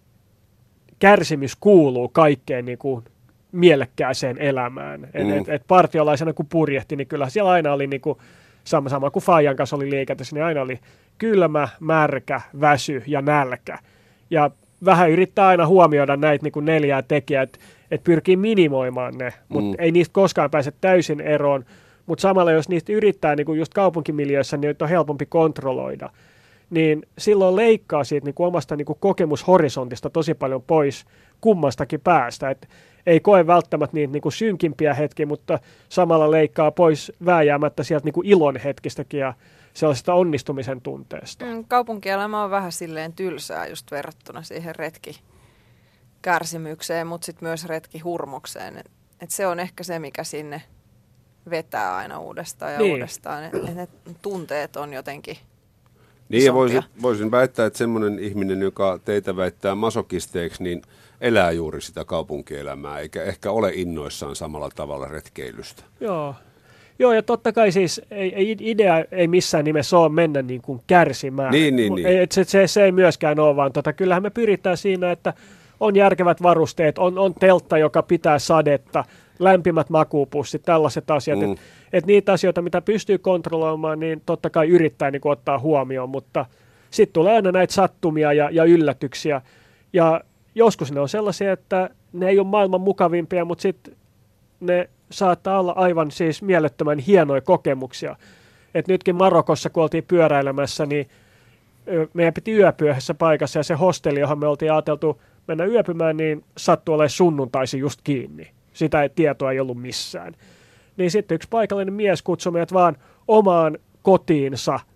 kärsimys kuuluu kaikkeen niin kuin mielekkääseen elämään. Mm. Et, et, et partiolaisena kun purjehti, niin kyllä siellä aina oli niin kuin, sama, sama kuin Fajan kanssa oli liikenteessä, niin aina oli kylmä, märkä, väsy ja nälkä. Ja vähän yrittää aina huomioida näitä niin kuin neljää tekijää, että et pyrkii minimoimaan ne, mutta mm. ei niistä koskaan pääse täysin eroon. Mutta samalla jos niistä yrittää niin kuin just kaupunkimiljöissä, niin on helpompi kontrolloida. Niin silloin leikkaa siitä niin kuin omasta niin kuin kokemushorisontista tosi paljon pois kummastakin päästä. Et ei koe välttämättä niitä niin kuin synkimpiä hetkiä, mutta samalla leikkaa pois vääjäämättä sieltä niin kuin ilon hetkistäkin ja sellaisesta onnistumisen tunteesta. Mm, kaupunkielämä on vähän silleen tylsää just verrattuna siihen retkikärsimykseen, mutta sitten myös retkihurmokseen. Et, et se on ehkä se, mikä sinne vetää aina uudestaan ja niin. uudestaan. Et, et ne tunteet on jotenkin Niin ja isompia. voisin, voisin väittää, että semmoinen ihminen, joka teitä väittää masokisteeksi, niin elää juuri sitä kaupunkielämää, eikä ehkä ole innoissaan samalla tavalla retkeilystä. Joo. Joo, ja totta kai siis ei, ei, idea ei missään nimessä ole mennä niin kuin kärsimään. Niin, niin, niin. Ei, se, se, se ei myöskään ole, vaan tota, kyllähän me pyritään siinä, että on järkevät varusteet, on, on teltta, joka pitää sadetta, lämpimät makuupussit, tällaiset asiat. Mm. Että et niitä asioita, mitä pystyy kontrolloimaan, niin totta kai yrittää niin kuin ottaa huomioon, mutta sitten tulee aina näitä sattumia ja, ja yllätyksiä. Ja joskus ne on sellaisia, että ne ei ole maailman mukavimpia, mutta sitten ne saattaa olla aivan siis mielettömän hienoja kokemuksia. Et nytkin Marokossa, kun oltiin pyöräilemässä, niin meidän piti yöpyä yhdessä paikassa, ja se hostelli, johon me oltiin ajateltu mennä yöpymään, niin sattui olemaan sunnuntaisin just kiinni. Sitä ei, tietoa ei ollut missään. Niin sitten yksi paikallinen mies kutsui meidät vaan omaan kotiinsa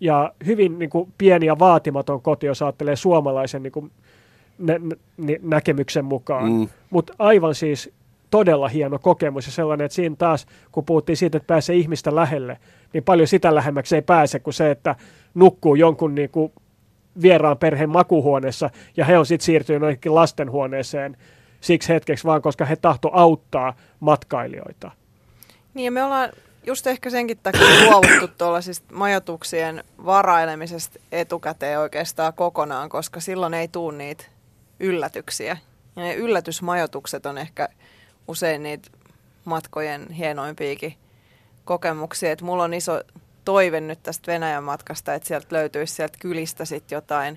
ja hyvin niin kuin, pieni ja vaatimaton koti, jos ajattelee suomalaisen niin kuin, nä- nä- näkemyksen mukaan. Mm. Mutta aivan siis todella hieno kokemus ja sellainen, että siinä taas, kun puhuttiin siitä, että pääsee ihmistä lähelle, niin paljon sitä lähemmäksi ei pääse kuin se, että nukkuu jonkun niin kuin, vieraan perheen makuhuoneessa ja he on sitten siirtynyt noihin lastenhuoneeseen siksi hetkeksi vaan, koska he tahto auttaa matkailijoita. Niin ja me ollaan just ehkä senkin takia luovuttu tuollaisista majoituksien varailemisesta etukäteen oikeastaan kokonaan, koska silloin ei tule niitä yllätyksiä. Ja ne yllätysmajoitukset on ehkä usein niitä matkojen hienoimpiakin kokemuksia. Et mulla on iso toive nyt tästä Venäjän matkasta, että sieltä löytyisi sieltä kylistä sit jotain,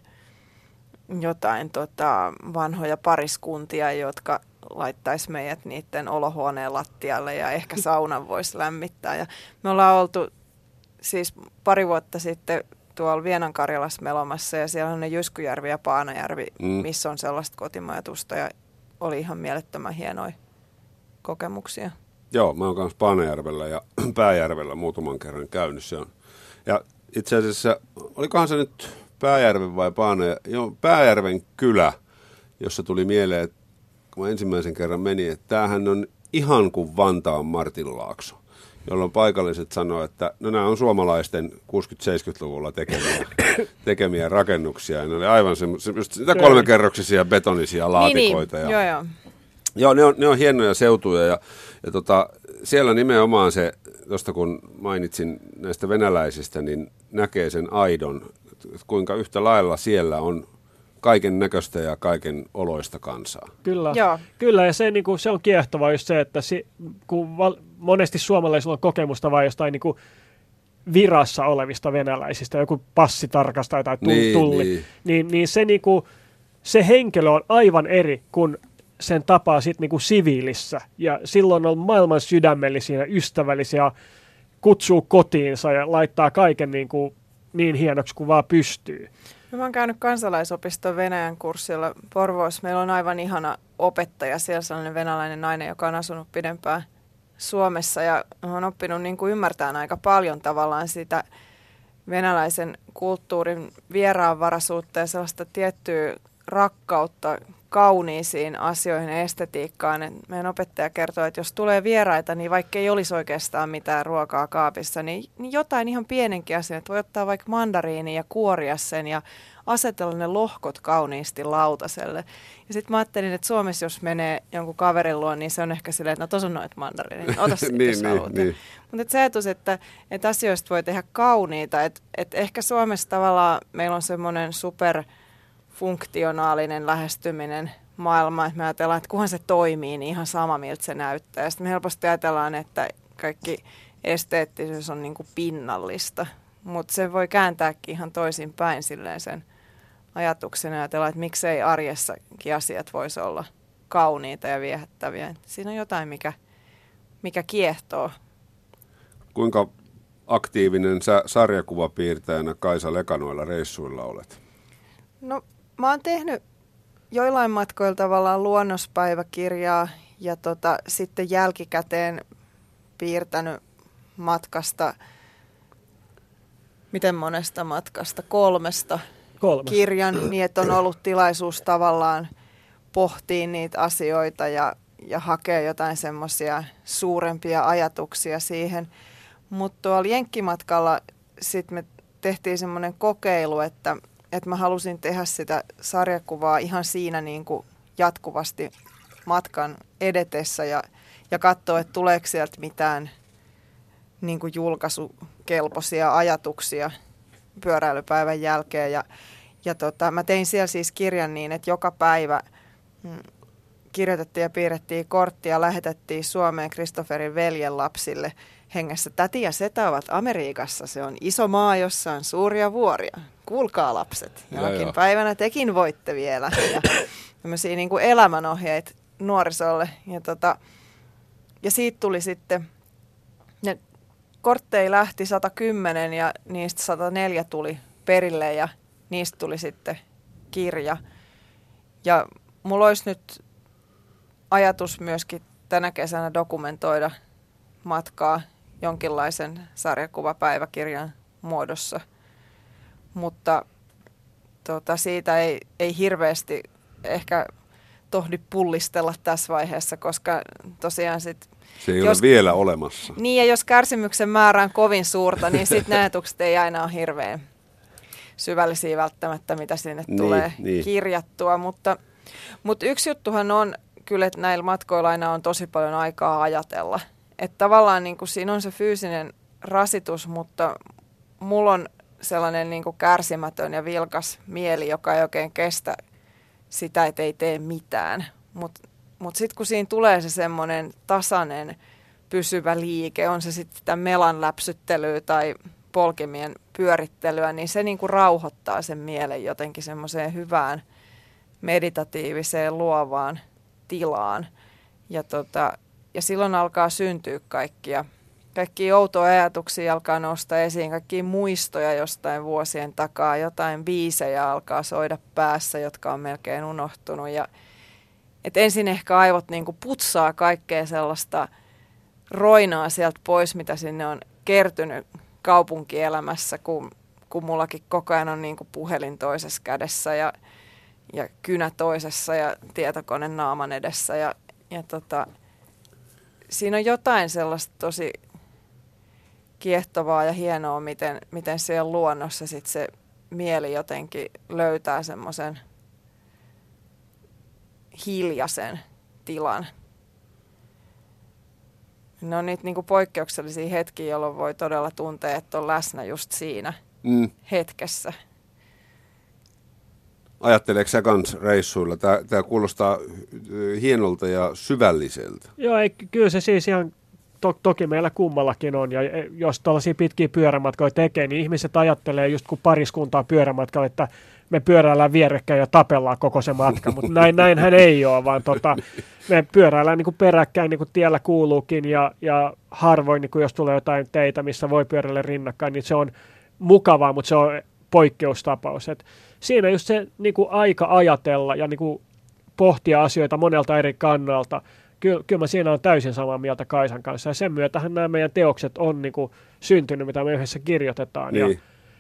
jotain tota vanhoja pariskuntia, jotka laittaisi meidät niiden olohuoneen lattialle ja ehkä saunan voisi lämmittää. Ja me ollaan oltu siis pari vuotta sitten tuolla Vienankarjalassa melomassa ja siellä on ne Jyskyjärvi ja Paanajärvi, mm. missä on sellaista kotimajoitusta ja oli ihan mielettömän hienoja kokemuksia. Joo, mä oon kanssa Paanajärvellä ja Pääjärvellä muutaman kerran käynyt. Se on. Ja itse asiassa, olikohan se nyt Pääjärven vai Paanajärven? Joo, Pääjärven kylä, jossa tuli mieleen, että kun mä ensimmäisen kerran menin, että tämähän on ihan kuin Vantaan Martinlaakso, jolloin paikalliset sanoo, että no nämä on suomalaisten kuusikymmentä-seitsemänkymmentäluvulla tekemiä, tekemiä rakennuksia. Ja ne oli aivan semmoisia, just niitä kolmekerroksisia betonisia laatikoita. Niin, niin. Ja, joo, joo. Joo, ne on, ne on hienoja seutuja ja, ja tota, siellä nimenomaan se, tuosta kun mainitsin näistä venäläisistä, niin näkee sen aidon, kuinka yhtä lailla siellä on kaiken näköistä ja kaiken oloista kansaa. Kyllä, Joo. Kyllä ja se, niin kuin, se on kiehtovaa just se, että si, kun val, monesti suomalaisilla on kokemusta vain jostain niin kuin virassa olevista venäläisistä, joku passitarkastaja tai niin, tulli, niin, niin, niin se, niin kuin, se henkilö on aivan eri kuin sen tapaa sit niin kuin siviilissä. Ja silloin on maailman sydämellisiä ja ystävällisiä, kutsuu kotiinsa ja laittaa kaiken niin, kuin, niin hienoksi kuin vaan pystyy. Mä oon käynyt kansalaisopiston Venäjän kurssilla Porvoossa. Meillä on aivan ihana opettaja, siellä sellainen venäläinen nainen, joka on asunut pidempään Suomessa. Ja olen oppinut niin kuin ymmärtämään aika paljon tavallaan sitä venäläisen kulttuurin vieraanvaraisuutta ja sellaista tiettyä rakkautta kauniisiin asioihin ja estetiikkaan. Et meidän opettaja kertoo, että jos tulee vieraita, niin vaikka ei olisi oikeastaan mitään ruokaa kaapissa, niin, niin jotain ihan pienenkin asia. Voi ottaa vaikka mandariini ja kuoria sen ja asetella ne lohkot kauniisti lautaselle. Ja sitten mä ajattelin, että Suomessa jos menee jonkun kaverin luo, niin se on ehkä silleen, että no tuossa on noita mandariineja, ota sitten niin, jos niin, haluat. niin. Mutta se ajatus, että, että asioista voi tehdä kauniita, että, että ehkä Suomessa tavallaan meillä on semmoinen super funktionaalinen lähestyminen maailmaan, että me ajatellaan, että kunhan se toimii, niin ihan sama miltä se näyttää. Ja sitten me helposti ajatellaan, että kaikki esteettisyys on niin kuin pinnallista, mutta se voi kääntääkin ihan toisinpäin silleen sen ajatuksen ja ajatellaan, että miksei arjessakin asiat voisi olla kauniita ja viehättäviä. Siinä on jotain, mikä, mikä kiehtoo. Kuinka aktiivinen sä sarjakuvapiirtäjänä Kaisa Lekanoilla reissuilla olet? No mä oon tehnyt joillain matkoilla tavallaan luonnospäiväkirjaa ja tota, sitten jälkikäteen piirtänyt matkasta, miten monesta matkasta, kolmesta Kolme. kirjan, niin että on ollut tilaisuus tavallaan pohtia niitä asioita ja, ja hakea jotain semmoisia suurempia ajatuksia siihen. Mutta tuolla jenkkimatkalla sitten me tehtiin semmoinen kokeilu, että että mä halusin tehdä sitä sarjakuvaa ihan siinä niin kuin jatkuvasti matkan edetessä ja, ja katsoa, että tuleeko sieltä mitään niin kuin julkaisukelpoisia ajatuksia pyöräilypäivän jälkeen. Ja, ja tota, mä tein siellä siis kirjan niin, että joka päivä mm, kirjoitettiin ja piirrettiin korttia ja lähetettiin Suomeen Christopherin veljen lapsille hengessä. Täti ja setä ovat Amerikassa. Se on iso maa, jossa on suuria vuoria. Kuulkaa lapset. Jonakin päivänä tekin voitte vielä. Ja tämmöisiä niin kuin elämänohjeita nuorisolle. Ja, tota, ja siitä tuli sitten, ne kortteja lähti sata kymmenen ja niistä sata neljä tuli perille ja niistä tuli sitten kirja. Ja mulla olisi nyt ajatus myöskin tänä kesänä dokumentoida matkaa jonkinlaisen sarjakuvapäiväkirjan muodossa. mutta tota, siitä ei, ei hirveästi ehkä tohdi pullistella tässä vaiheessa, koska tosiaan sit, se ei jos, ole vielä olemassa. Niin, ja jos kärsimyksen määrä on kovin suurta, niin sitten ne ajatukset ei aina ole hirveän syvällisiä välttämättä, mitä sinne niin, tulee niin. kirjattua. Mutta, mutta yksi juttuhan on kyllä, että näillä matkoilla aina on tosi paljon aikaa ajatella. Että tavallaan niin kuin siinä on se fyysinen rasitus, mutta mulla on sellainen niin kuin kärsimätön ja vilkas mieli, joka ei oikein kestä sitä, että ei tee mitään. Mutta mut sitten kun siinä tulee se semmoinen tasainen, pysyvä liike, on se sitten sitä melan läpsyttelyä tai polkimien pyörittelyä, niin se niin kuin rauhoittaa sen mielen jotenkin semmoiseen hyvään, meditatiiviseen, luovaan tilaan. Ja, tota, ja silloin alkaa syntyä kaikkia, kaikkia outoja ajatuksia alkaa nousta esiin, kaikkia muistoja jostain vuosien takaa, jotain biisejä alkaa soida päässä, jotka on melkein unohtunut. Ja, et ensin ehkä aivot niin kuin putsaa kaikkea sellaista roinaa sieltä pois, mitä sinne on kertynyt kaupunkielämässä, kun, kun mullakin koko ajan on niin kuin puhelin toisessa kädessä ja, ja kynä toisessa ja tietokone naaman edessä. Ja, ja tota, siinä on jotain sellaista tosi kiehtovaa ja hienoa, miten, miten siellä luonnossa sit se mieli jotenkin löytää semmoisen hiljaisen tilan. Ne on niitä niinku poikkeuksellisia hetkiä, jolloin voi todella tuntea, että on läsnä just siinä mm. hetkessä. Ajatteleeko sä kans reissuilla? Tämä, tämä kuulostaa hienolta ja syvälliseltä. Joo, ei, kyllä se siis ihan to, toki meillä kummallakin on. Ja jos tällaisia pitkiä pyörämatkoja tekee, niin ihmiset ajattelee just kun pariskuntaa pyörämatkalla, että me pyöräillään vierekkäin ja tapellaan koko se matka, mutta näin, näinhän ei ole, vaan tota, me pyöräillään niin kuin peräkkäin, niin kuin tiellä kuuluukin, ja, ja harvoin, niin kuin jos tulee jotain teitä, missä voi pyöräillä rinnakkain, niin se on mukavaa, mutta se on poikkeustapaus. Et siinä just se niin kuin aika ajatella ja niin kuin pohtia asioita monelta eri kannalta. Kyllä, kyllä mä siinä on täysin samaa mieltä Kaisan kanssa, ja sen myötähän nämä meidän teokset on niin kuin syntynyt, mitä me yhdessä kirjoitetaan. Niin. Ja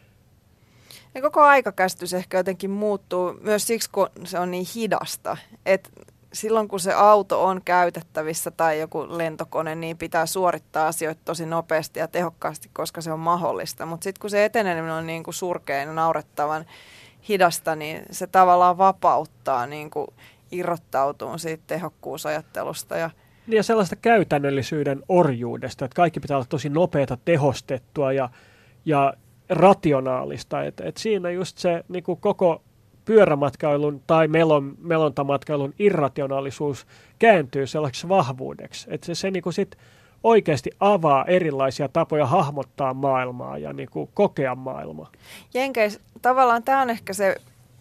Ja koko aikakäsitys ehkä jotenkin muuttuu myös siksi, kun se on niin hidasta. Et silloin kun se auto on käytettävissä tai joku lentokone, niin pitää suorittaa asioita tosi nopeasti ja tehokkaasti, koska se on mahdollista. Mutta sitten kun se eteneminen on niin kuin surkein ja naurettavan hidasta, niin se tavallaan vapauttaa niin kuin irrottautumaan siitä tehokkuusajattelusta. Ja ja sellaista käytännöllisyyden orjuudesta, että kaikki pitää olla tosi nopeata, tehostettua ja, ja rationaalista. Et, et siinä just se niin kuin koko pyörämatkailun tai melon, melontamatkailun irrationaalisuus kääntyy sellaiseksi vahvuudeksi. Että se, se niin kuin sit oikeasti avaa erilaisia tapoja hahmottaa maailmaa ja niin kuin kokea maailmaa. Jenkeissä tavallaan tämä on ehkä se,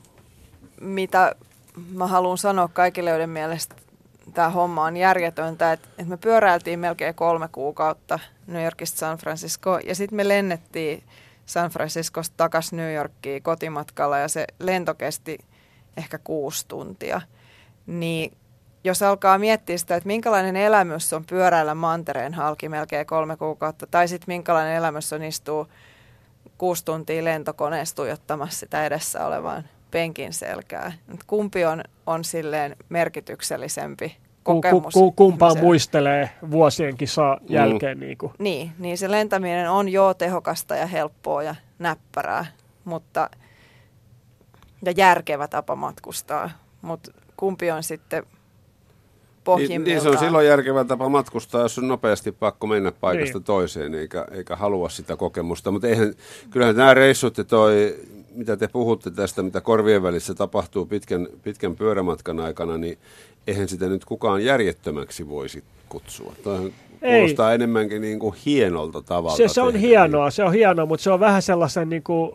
mitä mä haluan sanoa kaikille, joiden mielestä tämä homma on järjetöntä, että, että me pyöräiltiin melkein kolme kuukautta New Yorkista San Francisco ja sitten me lennettiin San Franciscosta takaisin New Yorkiin kotimatkalla ja se lento kesti ehkä kuusi tuntia. Niin jos alkaa miettiä sitä, että minkälainen elämys on pyöräillä mantereen halki melkein kolme kuukautta, tai sitten minkälainen elämys on istua kuusi tuntia lentokoneessa tuijottamassa sitä edessä olevaan penkin selkää. Kumpi on, on silleen merkityksellisempi kokemus? Ku, ku, kumpaa ihmiselle muistelee vuosien kisaa jälkeen? Mm. Niin, kuin. Niin, niin se lentäminen on jo tehokasta ja helppoa ja näppärää, mutta, ja järkevä tapa matkustaa, mutta kumpi on sitten pohjimmiltaan? Niin, niin se on silloin järkevä tapa matkustaa, jos on nopeasti pakko mennä paikasta niin. toiseen, eikä, eikä halua sitä kokemusta. Mutta eihän, kyllähän nämä reissut ja toi, mitä te puhutte tästä, mitä korvien välissä tapahtuu pitkän, pitkän pyörämatkan aikana, niin eihän sitä nyt kukaan järjettömäksi voisi kutsua. Toi kuulostaa enemmänkin niin kuin hienolta tavalla. Se, se on hienoa, se on hienoa, mutta se on vähän sellaisen niin kuin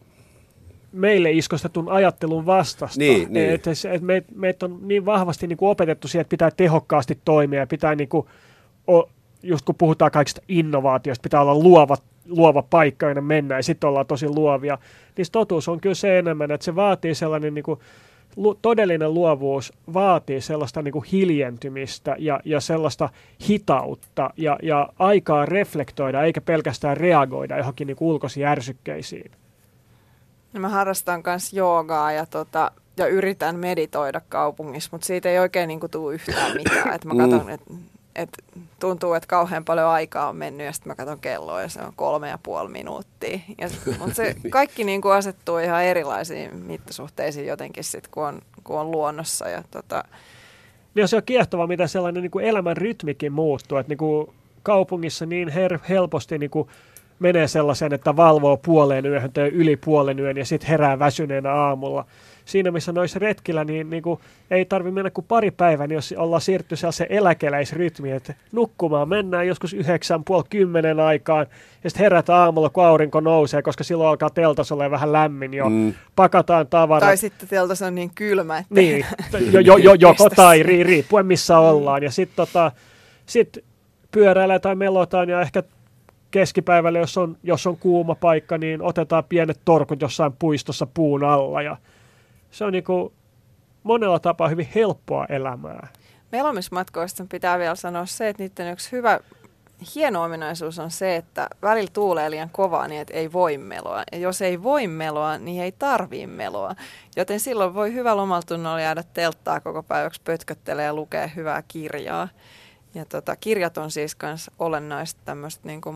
meille iskostetun ajattelun vastasta. Niin, niin. Et, et me, meitä on niin vahvasti niin kuin opetettu siihen, että pitää tehokkaasti toimia ja pitää, niin kuin, o, just kun puhutaan kaikista innovaatioista, pitää olla luova, luova paikka, jonne mennään ja sitten ollaan tosi luovia. Niin totuus on kyllä se enemmän, että se vaatii sellainen niin kuin, lu, todellinen luovuus vaatii sellaista niin kuin hiljentymistä ja, ja sellaista hitautta ja, ja aikaa reflektoida eikä pelkästään reagoida johonkin niin kuin ulkoisiin ärsykkeisiin. Mä harrastan myös joogaa ja, tota, ja yritän meditoida kaupungissa, mutta siitä ei oikein niin kuin, tule yhtään mitään. Et mä katson, mm. että et, tuntuu, että kauhean paljon aikaa on mennyt ja sitten mä katson kelloa ja se on kolme ja puoli minuuttia. Mutta se kaikki niin kuin, asettuu ihan erilaisiin mittasuhteisiin jotenkin sit, kun on, kun on luonnossa. Ja, tota... ja se on kiehtovaa, miten sellainen niin kuin elämän rytmikin muuttuu. Että niin kuin kaupungissa niin her- helposti... Niin kuin menee sellaisen, että valvoo puoleen yöhön tai yli puolen yön ja sitten herää väsyneenä aamulla. Siinä, missä noissa retkillä, niin, niin kuin, ei tarvitse mennä kuin pari päivää, niin jos ollaan siirtynyt sellaiseen eläkeläisrytmiin, että nukkumaan mennään joskus yhdeksän, puoli kymmenen aikaan ja sitten herätään aamulla, kun aurinko nousee, koska silloin alkaa teltas olla vähän lämmin jo. Mm. Pakataan tavarat. Tai sitten teltas on niin kylmä, että niin, jo, jo, jo, joko tai riippuen missä ollaan. Ja sitten tota, sit pyöräillään tai melotaan ja ehkä keskipäivällä, jos on, jos on kuuma paikka, niin otetaan pienet torkut jossain puistossa puun alla. Ja se on niin kuin monella tapaa hyvin helppoa elämää. Melomismatkoista pitää vielä sanoa se, että niiden yksi hyvä, hieno ominaisuus on se, että välillä tuulee liian kovaa niin, että ei voi meloa. Ja jos ei voi meloa, niin ei tarvii meloa. Joten silloin voi hyvä lomaltunnolla jäädä telttaa koko päiväksi pötköttelee ja lukea hyvää kirjaa. Ja tota, kirjat on siis myös olennaista tämmöistä niin kuin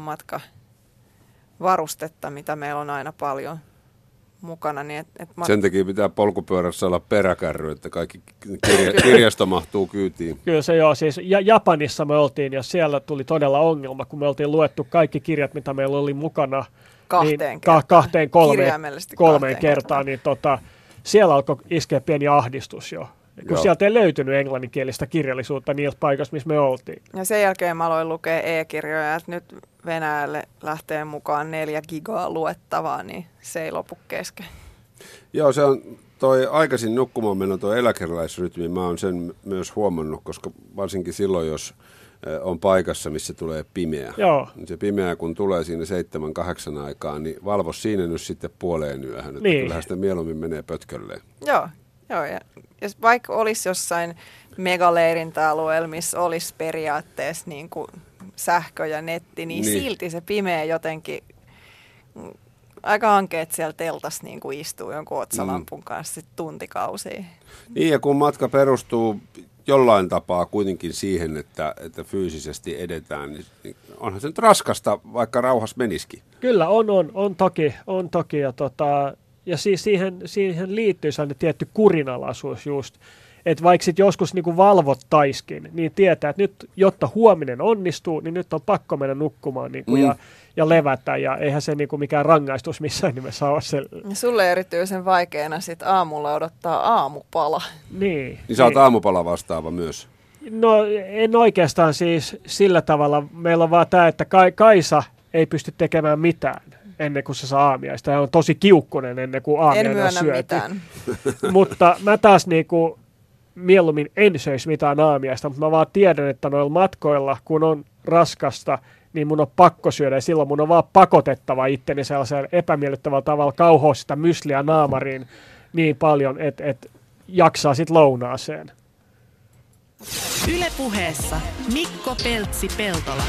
matkavarustetta, mitä meillä on aina paljon mukana. Niin et, et mat- Sen takia pitää polkupyörässä olla peräkärry, että kaikki kirja- kirjasto mahtuu kyytiin. Kyllä se joo. Siis ja Japanissa me oltiin ja siellä tuli todella ongelma, kun me oltiin luettu kaikki kirjat, mitä meillä oli mukana. Kahteen niin, kertaan. Ka- kahteen kolmeen, Kirjaimellisesti kolmeen kahteen kertaan. kertaan. Niin tota, siellä alkoi iskeä pieni ahdistus jo. Kun Joo. sieltä ei löytynyt englanninkielistä kirjallisuutta niiltä paikoista, missä me oltiin. Ja sen jälkeen mä aloin lukea e-kirjoja, että nyt Venäjälle lähtee mukaan neljä gigaa luettavaa, niin se ei lopu kesken. Joo, se on toi aikaisin nukkumaan meno, tuo eläkeläisrytmi, mä oon sen myös huomannut, koska varsinkin silloin, jos on paikassa, missä tulee pimeä. Joo. Se pimeä, kun tulee siinä seitsemän, kahdeksan aikaan, niin valvo siinä nyt sitten puoleen yöhön, että niin. Kyllähän sitä mieluummin menee pötkölleen. Joo, joo ja jos vaikka olisi jossain megaleirintäalueella, missä olisi periaatteessa niin kuin sähkö ja netti, niin, niin silti se pimeä jotenkin aika hankea, että siellä teltas niin kuin istuu jonkun otsalampun mm. kanssa sit tuntikausia. Niin ja kun matka perustuu jollain tapaa kuitenkin siihen, että, että fyysisesti edetään, niin onhan se nyt raskasta, vaikka rauhassa menisikin. Kyllä on, on, on toki, on toki ja, tota, ja siis siihen, siihen liittyy sellainen tietty kurinalaisuus just, että vaikka sitten joskus niinku valvottaiskin, niin tietää, että nyt, jotta huominen onnistuu, niin nyt on pakko mennä nukkumaan niinku mm. ja, ja levätä, ja eihän se niinku mikään rangaistus missään nimessä ole se. Ja sulle erityisen vaikeana sitten aamulla odottaa aamupala. Niin. Niin sä oot niin. aamupala vastaava myös. No en oikeastaan siis sillä tavalla. Meillä on vaan tämä, että Kaisa ei pysty tekemään mitään ennen kuin se saa aamiaista. Hän on tosi kiukkunen ennen kuin aamiainen on syöty. En myönnä mitään. Mutta mä taas niinku mieluummin en söisi mitään aamiaista, mutta mä vaan tiedän, että noilla matkoilla, kun on raskasta, niin mun on pakko syödä ja silloin mun on vaan pakotettava itteni sellaisella epämiellyttävällä tavalla kauhoa sitä mysliä naamariin niin paljon, että et jaksaa sit lounaaseen. Yle Puheessa Mikko Peltsi-Peltola.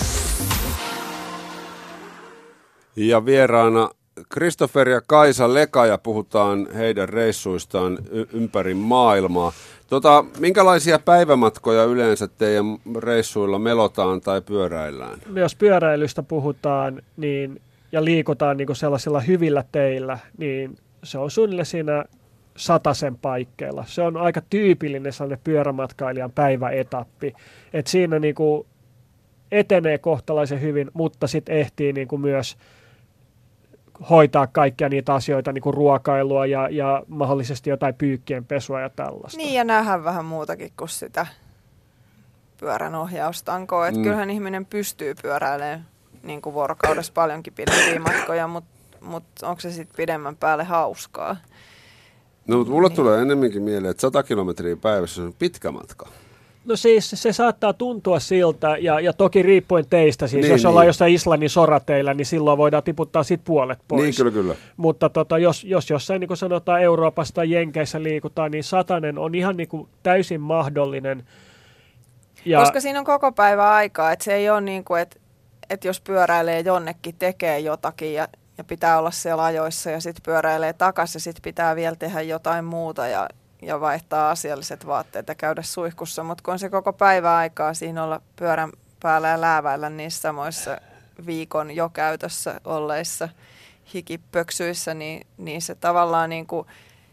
Ja vieraana Kristoffer ja Kaisa Leka ja puhutaan heidän reissuistaan y- ympäri maailmaa. Tota, minkälaisia päivämatkoja yleensä teidän reissuilla melotaan tai pyöräillään? Jos pyöräilystä puhutaan niin, ja liikutaan niin kuin sellaisilla hyvillä teillä, niin se on suunnilleen siinä satasen paikkeilla. Se on aika tyypillinen sellainen pyörämatkailijan päiväetappi. Et siinä niin kuin etenee kohtalaisen hyvin, mutta sitten ehtii niin kuin myös hoitaa kaikkia niitä asioita, niin kuin ruokailua ja, ja mahdollisesti jotain pyykkien pesua ja tällaista. Niin, ja nähdään vähän muutakin kuin sitä pyörän ohjaustankoa. Mm. Kyllähän ihminen pystyy pyöräilemään niin kuin vuorokaudessa paljonkin pidempiä matkoja, mutta mut onko se sitten pidemmän päälle hauskaa? No, mutta mulle niin. tulee enemmänkin mieleen, että sata kilometriä päivässä on pitkä matka. No siis se saattaa tuntua siltä, ja, ja toki riippuen teistä, siis niin, jos niin. ollaan jossain Islannin sorateillä, niin silloin voidaan tiputtaa siitä puolet pois. Niin, kyllä, kyllä. Mutta tota, jos, jos jossain, niin kuin sanotaan, Euroopassa tai Jenkeissä liikutaan, niin satanen on ihan niin kuin täysin mahdollinen. Ja koska siinä on koko päivä aikaa, että se ei ole niin kuin, että, että jos pyöräilee jonnekin, tekee jotakin ja ja pitää olla siellä ajoissa ja sitten pyöräilee takaisin ja sitten pitää vielä tehdä jotain muuta ja, ja vaihtaa asialliset vaatteet ja käydä suihkussa. Mutta kun on se koko päivä aikaa siinä olla pyörän päällä ja lääväillä niissä samoissa viikon jo käytössä olleissa hikipöksyissä, niin, niin se tavallaan niin kuin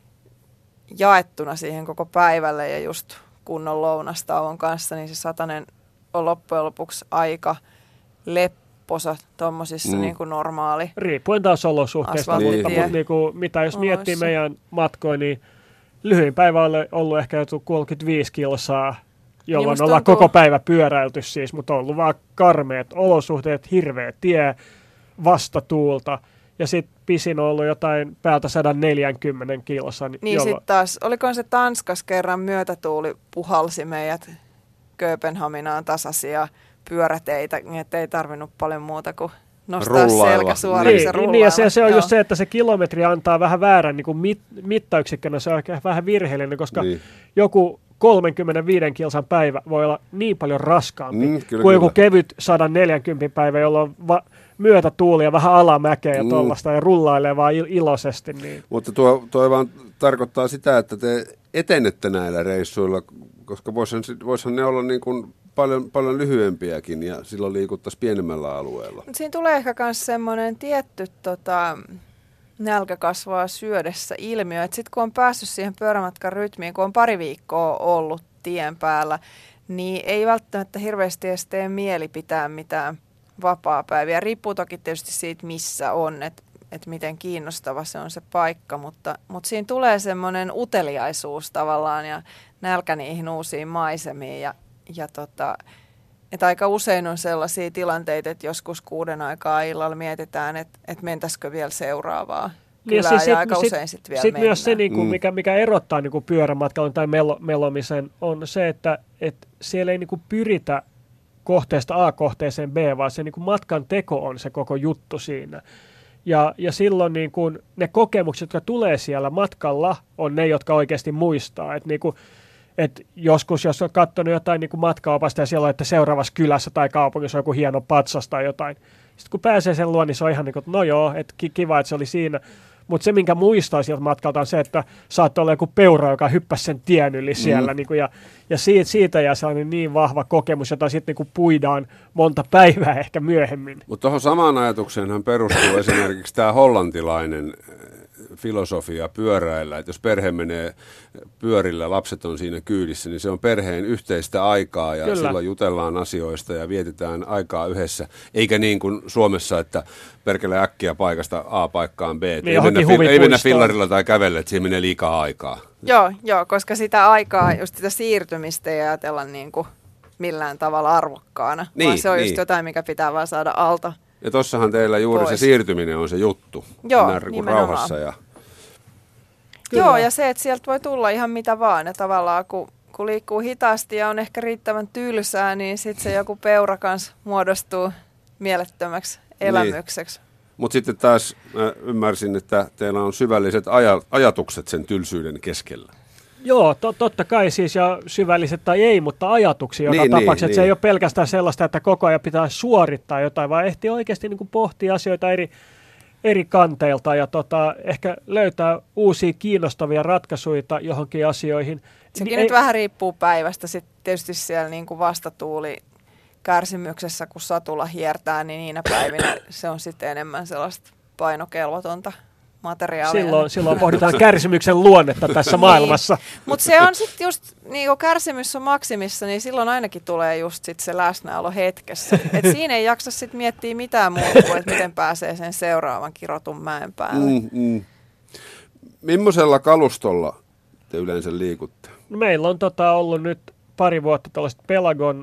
jaettuna siihen koko päivälle ja just kunnon lounastauon kanssa, niin se satanen on loppujen lopuksi aika lepposa tuommoisissa mm. niin kuin normaali. Riippuen taas olosuhteista, mutta, mutta niin kuin, mitä jos Oloissa. miettii meidän matkoja, niin lyhyin päivä on ollut ehkä joku kolmekymmentäviisi kilsaa, jolloin niin ollaan koko päivä pyöräilty siis, mutta on ollut vaan karmeet olosuhteet, hirveä tie, vastatuulta. Ja sitten pisin on ollut jotain päältä sata neljäkymmentä kilsaa. Niin jollo... sitten taas, oliko se Tanskas kerran myötätuuli puhalsi meidät Kööpenhaminaan tasaisia pyöräteitä, niin ettei tarvinnut paljon muuta kuin nostaa selkä suoraksi niin, ja rullailla. Niin, ja se, se on Joo. just se, että se kilometri antaa vähän väärän niin kuin mit, mittayksikkönä, se on ehkä vähän virheellinen, koska niin. joku kolmekymmentäviisi kilsan päivä voi olla niin paljon raskaampi mm, kyllä, kuin joku kevyt sata neljäkymmentä päivä, jolloin va- myötätuuli ja vähän alamäkeä ja mm. tuollaista ja rullailee vaan il- iloisesti. Niin. Mutta tuo, tuo vaan tarkoittaa sitä, että te etenette näillä reissuilla, koska voisihan, voisihan ne olla niin kuin paljon, paljon lyhyempiäkin ja silloin liikuttaisiin pienemmällä alueella. Siinä tulee ehkä myös semmoinen tietty tota, nälkä kasvaa syödessä ilmiö, että sitten kun on päässyt siihen pyörämatkan rytmiin, kun on pari viikkoa ollut tien päällä, niin ei välttämättä hirveästi edes tee mieli pitää mitään vapaapäiviä. Riippuu toki tietysti siitä, missä on, että et miten kiinnostava se on se paikka, mutta, mutta siinä tulee semmoinen uteliaisuus tavallaan ja nälkä niihin uusiin maisemiin. Ja, ja tota, että aika usein on sellaisia tilanteita, että joskus kuuden aikaa illalla mietitään, että, että mentäisikö vielä seuraavaa. Kyllä, ja, siis ja aika sit, usein sitten vielä sit mennään. Myös se, niin kuin, mikä, mikä erottaa niin kuin pyörämatkalun tai melo, melomisen, on se, että, että siellä ei niin kuin pyritä kohteesta A kohteeseen B, vaan se niin kuin matkan teko on se koko juttu siinä. Ja, ja silloin niin kuin ne kokemukset, jotka tulee siellä matkalla, on ne, jotka oikeasti muistaa. Et niin kuin, et joskus, jos olet katsonut jotain niin kuin matkaopasta ja siellä on, että seuraavassa kylässä tai kaupungissa on joku hieno patsas tai jotain. Sitten kun pääsee sen luo, niin se on ihan niin kuin, no joo, että kiva, että se oli siinä. Mutta se, minkä muistaa sieltä matkalta, on se, että saattoi olla joku peura, joka hyppäsi sen tien yli siellä. Mm. Niin kuin, ja ja siitä, siitä jää sellainen niin vahva kokemus, jota sitten niin puidaan monta päivää ehkä myöhemmin. Mutta tuohon samaan ajatukseenhan perustuu esimerkiksi tämä hollantilainen filosofia pyöräillä, että jos perhe menee pyörillä, lapset on siinä kyydissä, niin se on perheen yhteistä aikaa ja Kyllä. silloin jutellaan asioista ja vietetään aikaa yhdessä, eikä niin kuin Suomessa, että perkele äkkiä paikasta A paikkaan B, niin ei, mennä, ei mennä fillarilla tai kävellä, että siihen menee liikaa aikaa. Joo, joo, koska sitä aikaa, just sitä siirtymistä ei ajatella niin kuin millään tavalla arvokkaana, niin, vaan se on niin. just jotain, mikä pitää vaan saada alta. Ja tossahan teillä juuri pois. Se siirtyminen on se juttu. Joo, rauhassa ja... Joo, ja se, että sieltä voi tulla ihan mitä vaan. Ja tavallaan kun, kun liikkuu hitaasti ja on ehkä riittävän tylsää, niin sitten se joku peura kanssa muodostuu mielettömäksi elämykseksi. Niin. Mutta sitten taas mä ymmärsin, että teillä on syvälliset aja- ajatukset sen tylsyyden keskellä. Joo, to, totta kai siis, ja syvälliset tai ei, mutta ajatuksia joka niin, tapauksessa. Niin, se niin. ei ole pelkästään sellaista, että koko ajan pitää suorittaa jotain, vaan ehtii oikeasti niin kuin pohtia asioita eri, eri kanteilta ja tota, ehkä löytää uusia kiinnostavia ratkaisuja johonkin asioihin. Sekin niin, nyt ei... vähän riippuu päivästä. Sitten tietysti siellä niin kuin vastatuuli kärsimyksessä, kun satula hiertää, niin niinä päivinä se on sitten enemmän sellaista painokelvotonta materiaalia. Silloin, silloin pohditaan kärsimyksen luonnetta tässä niin. maailmassa. Mutta se on sitten just, niin kun kärsimys on maksimissa, niin silloin ainakin tulee just sit se läsnäolo hetkessä. Et siinä ei jaksa sitten miettiä mitään muuta kuin, että miten pääsee sen seuraavan kirotun mäen päälle. Mm, mm. Millaisella kalustolla te yleensä liikutte? No meillä on tota ollut nyt pari vuotta tällaiset Pelagon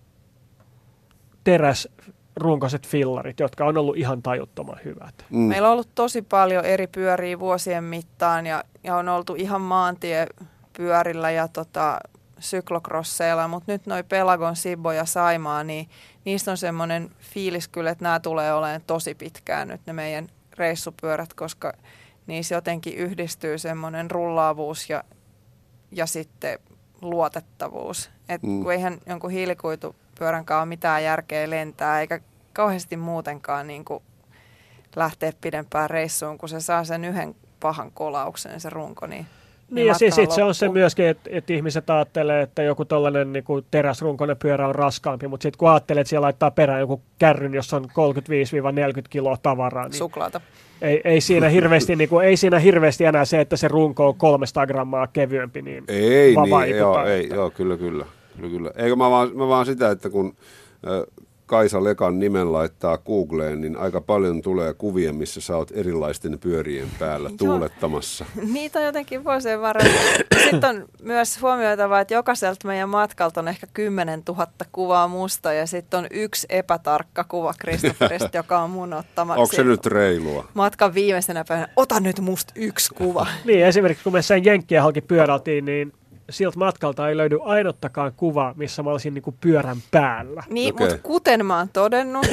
teräs runkoiset fillarit, jotka on ollut ihan tajuttoman hyvät. Mm. Meillä on ollut tosi paljon eri pyöriä vuosien mittaan ja, ja on oltu ihan maantiepyörillä ja tota, syklokrosseilla, mutta nyt noi Pelagon, Sibbo ja Saimaa, niin niistä on semmoinen fiilis kyllä, että nämä tulee olemaan tosi pitkään nyt ne meidän reissupyörät, koska niissä jotenkin yhdistyy semmoinen rullaavuus ja, ja sitten luotettavuus. Et mm. kun eihän jonkun hiilikuitupyörän kanssa ole mitään järkeä lentää, eikä kauheasti muutenkaan niin kuin lähteä pidempään reissuun, kun se saa sen yhden pahan kolauksen, se runko, niin Niin ja siis se on se myöskin, että, että ihmiset ajattelee, että joku tollainen niin kuin teräsrunkoinen pyörä on raskaampi, mutta sitten kun ajattelee, että siellä laittaa perään joku kärryn, jossa on kolmekymmentäviisi neljäkymmentä kiloa tavaraa, niin suklaata. Ei, ei, siinä hirveästi, niin kuin, ei siinä hirveästi enää se, että se runko on kolmesataa grammaa kevyempi, niin ei, niin, joo, ei, joo, kyllä, kyllä. kyllä, kyllä. Eikö mä vaan, mä vaan sitä, että kun äh, Kaisa Lekan nimen laittaa Googleen, niin aika paljon tulee kuvia, missä sä oot erilaisten pyörien päällä tuulettamassa. Niitä on jotenkin vuosien varrella. Sitten on myös huomioitava, että jokaiselta meidän matkalta on ehkä kymmenen tuhatta kuvaa musta ja sitten on yksi epätarkka kuva Christopherista, joka on mun ottama. Onko se nyt reilua? Matkan viimeisenä päivänä, ota nyt musta yksi kuva. Niin, esimerkiksi kun me sen Jenkkien halki pyöräiltiin, niin siltä matkalta ei löydy ainuttakaan kuvaa, missä mä olisin niinku pyörän päällä. Niin, okay. Mutta kuten mä oon todennut,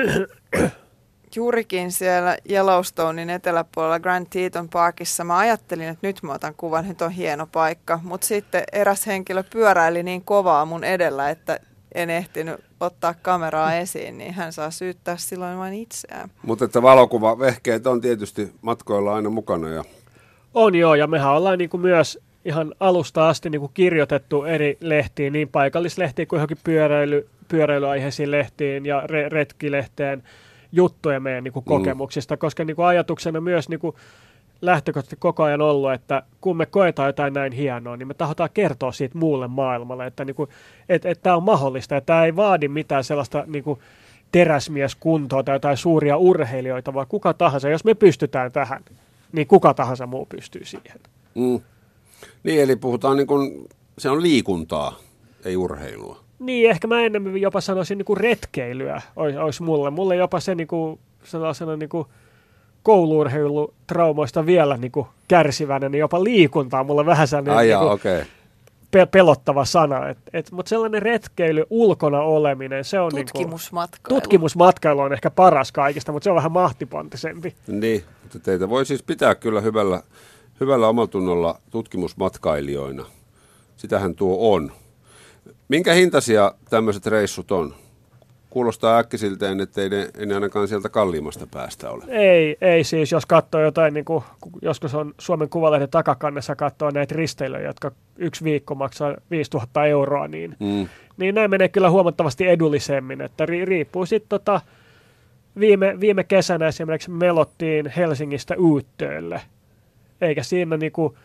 juurikin siellä Yellowstonein eteläpuolella Grand Teton Parkissa mä ajattelin, että nyt mä otan kuvan, nyt on hieno paikka. Mutta sitten eräs henkilö pyöräili niin kovaa mun edellä, että en ehtinyt ottaa kameraa esiin, niin hän saa syyttää silloin vain itseään. Mutta että valokuvavehkeet on tietysti matkoilla aina mukana. Ja... On joo, ja mehän ollaan niinku myös ihan alusta asti niin kuin kirjoitettu eri lehtiin, niin paikallislehtiin kuin johonkin pyöräily, pyöräilyaiheisiin lehtiin ja re, retkilehteen juttuja meidän niin kuin mm. kokemuksista, koska niin kuin ajatuksena myös niin kuin lähtökohtaisesti koko ajan ollut, että kun me koetaan jotain näin hienoa, niin me tahotaan kertoa siitä muulle maailmalle, että niin kuin, et, et tämä on mahdollista, että tämä ei vaadi mitään sellaista niin kuin teräsmieskuntoa tai jotain suuria urheilijoita, vaan kuka tahansa, jos me pystytään tähän, niin kuka tahansa muu pystyy siihen. Mm. Niin, eli puhutaan niin kuin, se on liikuntaa, ei urheilua. Niin, ehkä mä enemmän jopa sanoisin niin kuin retkeilyä olisi, olisi mulle. Mulle jopa se niin kuin, sellaisena niin kuin koulu-urheilutraumoista vielä niin kuin kärsivänä, niin jopa liikuntaa mulle vähän sellainen Ai niin jaa, kuin okay. pe- pelottava sana. Et, et, mutta sellainen retkeily, ulkona oleminen, se on tutkimusmatkailu. Niin kuin, tutkimusmatkailu on ehkä paras kaikista, mutta se on vähän mahtipontisempi. Niin, mutta teitä voi siis pitää kyllä hyvällä, hyvällä omatunnolla tutkimusmatkailijoina. Sitähän tuo on. Minkä hintaisia tämmöiset reissut on? Kuulostaa äkkisilteen, että ei ne, ei ne ainakaan sieltä kalliimmasta päästä ole. Ei, ei siis, jos katsoo jotain, niin kuin, joskus on Suomen Kuvalehden takakannessa katsoo näitä risteilyjä, jotka yksi viikko maksaa viisituhatta euroa, niin, mm. niin nämä menee kyllä huomattavasti edullisemmin. Että ri, riippuu sitten tota, viime, viime kesänä esimerkiksi melottiin Helsingistä Uuttöölle, eikä siinä niinku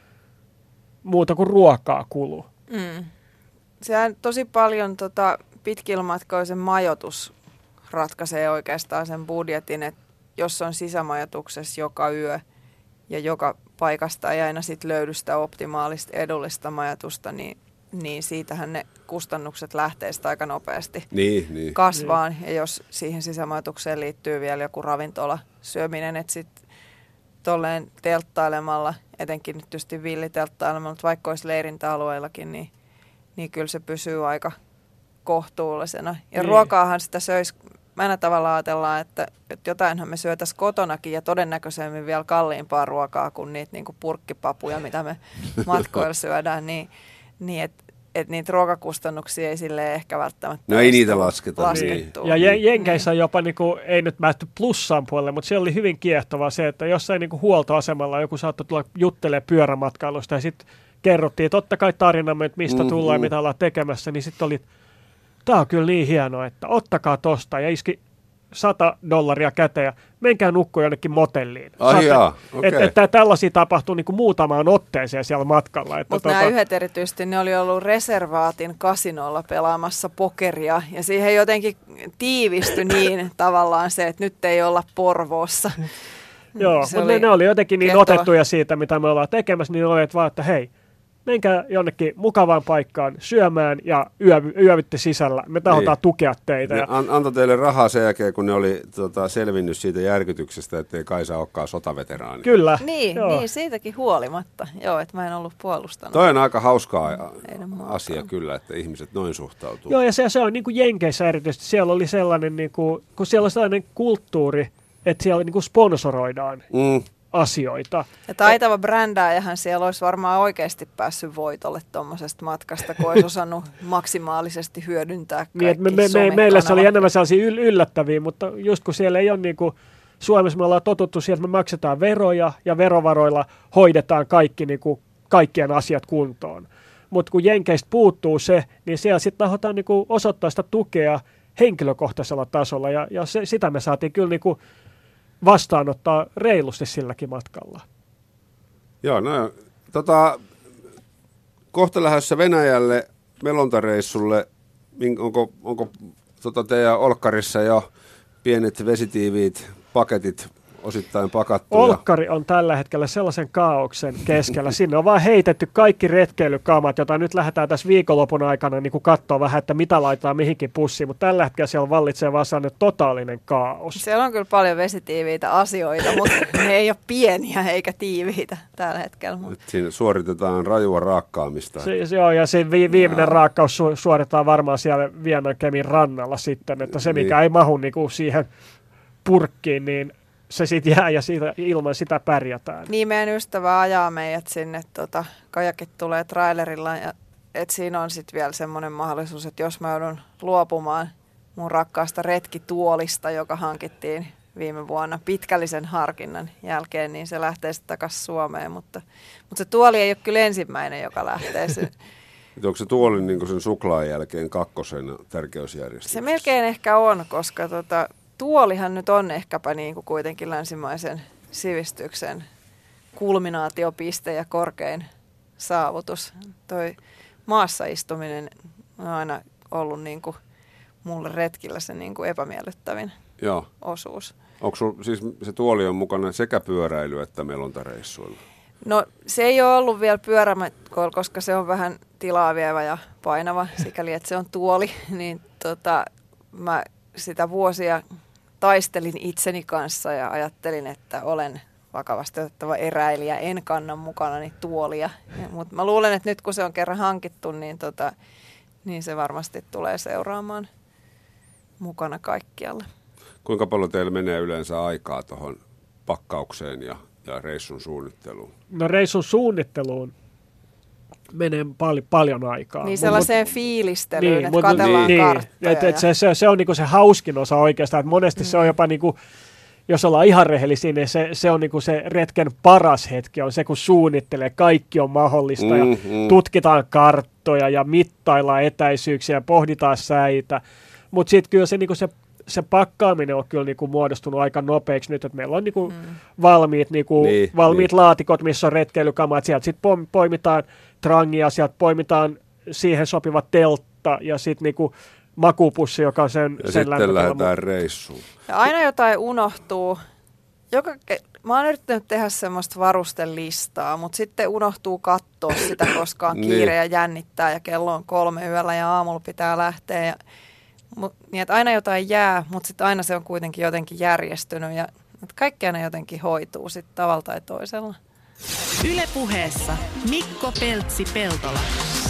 muuta kuin ruokaa kulu. Mm. Sehän tosi paljon tota, pitkilmatkoisen majoitus ratkaisee oikeastaan sen budjetin, että jos on sisämajoituksessa joka yö ja joka paikasta ei aina sit löydy sitä optimaalista edullista majoitusta, niin, niin siitähän ne kustannukset lähtee sitä aika nopeasti niin, niin. kasvaan. Ja jos siihen sisämajoitukseen liittyy vielä joku ravintola syöminen, että sitten tolleen telttailemalla, etenkin nyt tietysti villitelttailemalla, mutta vaikka olisi leirintäalueillakin, niin, niin kyllä se pysyy aika kohtuullisena. Ja niin. Ruokaahan sitä söisi, mä aina tavallaan ajatellaan, että, että jotainhan me syötäisiin kotonakin ja todennäköisemmin vielä kalliimpaa ruokaa kuin niitä niin kuin purkkipapuja, mitä me matkoilla syödään, niin, niin että et niitä ruokakustannuksia ei silleen ehkä välttämättä no ei niitä lasketa. laskettu. Niin. Ja Jenkeissä jopa, niin kuin, ei nyt päästy plussaan puolelle, mutta se oli hyvin kiehtovaa se, että jossain niin kuin huoltoasemalla joku saattoi tulla juttelemaan pyörämatkailusta ja sitten kerrottiin totta kai tarinamme, että mistä mm-hmm. tullaan ja mitä ollaan tekemässä, niin sitten oli, tämä on kyllä niin hienoa, että ottakaa tosta ja iski sata dollaria käteen ja menkää nukkua jonnekin motelliin. Ai jaa, okay. Että et, et, tällaisia tapahtuu niin kuin muutamaan otteeseen siellä matkalla. Mutta tota... nämä yhdet erityisesti, ne oli ollut reservaatin kasinolla pelaamassa pokeria ja siihen jotenkin tiivistyi niin tavallaan se, että nyt ei olla Porvoossa. Joo, mutta ne, ne oli jotenkin niin kiehtova. Otettuja siitä, mitä me ollaan tekemässä, niin oli, että vaan, että hei, menkää jonnekin mukavaan paikkaan syömään ja yö, yövytte sisällä. Me tahotaan niin. tukea teitä. Ne ja... an, antoi teille rahaa sen jälkeen, kun ne oli tota, selvinnyt siitä järkytyksestä, ettei Kaisa olekaan sotaveteraani. Kyllä. Niin, niin, siitäkin huolimatta. Joo, että mä en ollut puolustanut. Toi on aika hauskaa asia kyllä, että ihmiset noin suhtautuu. Joo, ja se, se on niin kuin Jenkeissä erityisesti. Siellä oli sellainen, niin kuin, kun siellä on sellainen kulttuuri, että siellä niin kuin sponsoroidaan. Mm. asioita. Ja taitava brändääjähän siellä olisi varmaan oikeasti päässyt voitolle tuommoisesta matkasta, kun olisi osannut maksimaalisesti hyödyntää kaikki niin, me, me, me, meille se oli enemmän sellaisia yllättäviä, mutta just kun siellä ei ole niinku Suomessa me ollaan totuttu siihen, että me maksetaan veroja ja verovaroilla hoidetaan kaikki, niin kuin, kaikkien asiat kuntoon. Mutta kun Jenkeistä puuttuu se, niin siellä sitten tahdotaan niin kuin osoittaa sitä tukea henkilökohtaisella tasolla ja, ja se, sitä me saatiin kyllä niin kuin vastaanottaa reilusti silläkin matkalla. Joo, no tota, kohta lähdössä Venäjälle melontareissulle. Onko, onko tota teidän olkkarissa jo pienet vesitiiviit paketit osittain pakattuja? Olkkari on tällä hetkellä sellaisen kaaoksen keskellä. Sinne on vaan heitetty kaikki retkeilykamat, jota nyt lähdetään tässä viikonlopun aikana niin katsoa vähän, että mitä laitetaan mihinkin pussiin. Mutta tällä hetkellä siellä vallitsee vaan sellainen totaalinen kaos. Siellä on kyllä paljon vesitiiviitä asioita, mutta ne ei ole pieniä eikä tiiviitä tällä hetkellä. Siinä suoritetaan rajua raakkaamista. Se, se on, ja se vi, viimeinen no. raakkaus su, suoritetaan varmaan siellä Vienankemin rannalla sitten, että se mikä niin. ei mahu niin kuin siihen purkkiin, niin se sitten jää ja siitä, ilman sitä pärjätään. Niin, meidän ystävä ajaa meidät sinne, tota, kajakit tulee trailerilla ja et siinä on sitten vielä semmoinen mahdollisuus, että jos mä joudun luopumaan mun rakkaasta retkituolista, joka hankittiin viime vuonna pitkällisen harkinnan jälkeen, niin se lähtee sitten takaisin Suomeen, mutta, mutta se tuoli ei ole kyllä ensimmäinen, joka lähtee. Se, onko se tuoli niin sen suklaan jälkeen kakkosen tärkeysjärjestyksessä? Se melkein ehkä on, koska tota, tuolihan nyt on ehkäpä niin kuin kuitenkin länsimaisen sivistyksen kulminaatiopiste ja korkein saavutus. Toi maassa istuminen on aina ollut niin kuin mulle retkillä se niin kuin epämiellyttävin Joo. osuus. Onko sul, siis se tuoli on mukana sekä pyöräily- että melontareissuilla? No se ei ole ollut vielä pyörämatkoilla, koska se on vähän tilaa vievä ja painava, sikäli että se on tuoli, niin tota, mä sitä vuosia taistelin itseni kanssa ja ajattelin, että olen vakavasti otettava eräilijä, en kanna mukanani tuolia. Mutta mä luulen, että nyt kun se on kerran hankittu, niin, tota, niin se varmasti tulee seuraamaan mukana kaikkialle. Kuinka paljon teillä menee yleensä aikaa tuohon pakkaukseen ja, ja reissun suunnitteluun? No reissun suunnitteluun menee pal- paljon aikaa. Niin sellaiseen mut, fiilistelyyn, niin, että mut, katsellaan niin, karttoja. Et, et se, se, se on niinku se hauskin osa oikeastaan. Et monesti mm. se on jopa, niinku, jos ollaan ihan rehellisiä, niin se, se on niinku se retken paras hetki. On se, kun suunnittelee, kaikki on mahdollista mm, ja mm. tutkitaan karttoja ja mittaillaan etäisyyksiä ja pohditaan säitä. Mutta sitten kyllä se, niinku se se pakkaaminen on kyllä niinku muodostunut aika nopeaksi nyt, että meillä on niinku mm. valmiit, niinku, niin, valmiit niin. laatikot, missä on retkeilykamat. Sieltä sitten poimitaan trangia, sieltä poimitaan siihen sopiva teltta ja sitten niinku makupussi, joka on sen, ja sen lämpötila. sitten lähdetään reissuun. Ja aina jotain unohtuu. Joka, mä oon yrittänyt tehdä semmoista varustelistaa, mutta sitten unohtuu katsoa sitä, koska on kiire ja jännittää ja kello on kolme yöllä ja aamulla pitää lähteä. Ja Mut, niin, että aina jotain jää, mutta sitten aina se on kuitenkin jotenkin järjestynyt ja kaikki aina jotenkin hoituu sitten tavalla tai toisella. Yle Puheessa Mikko Peltsi-Peltola.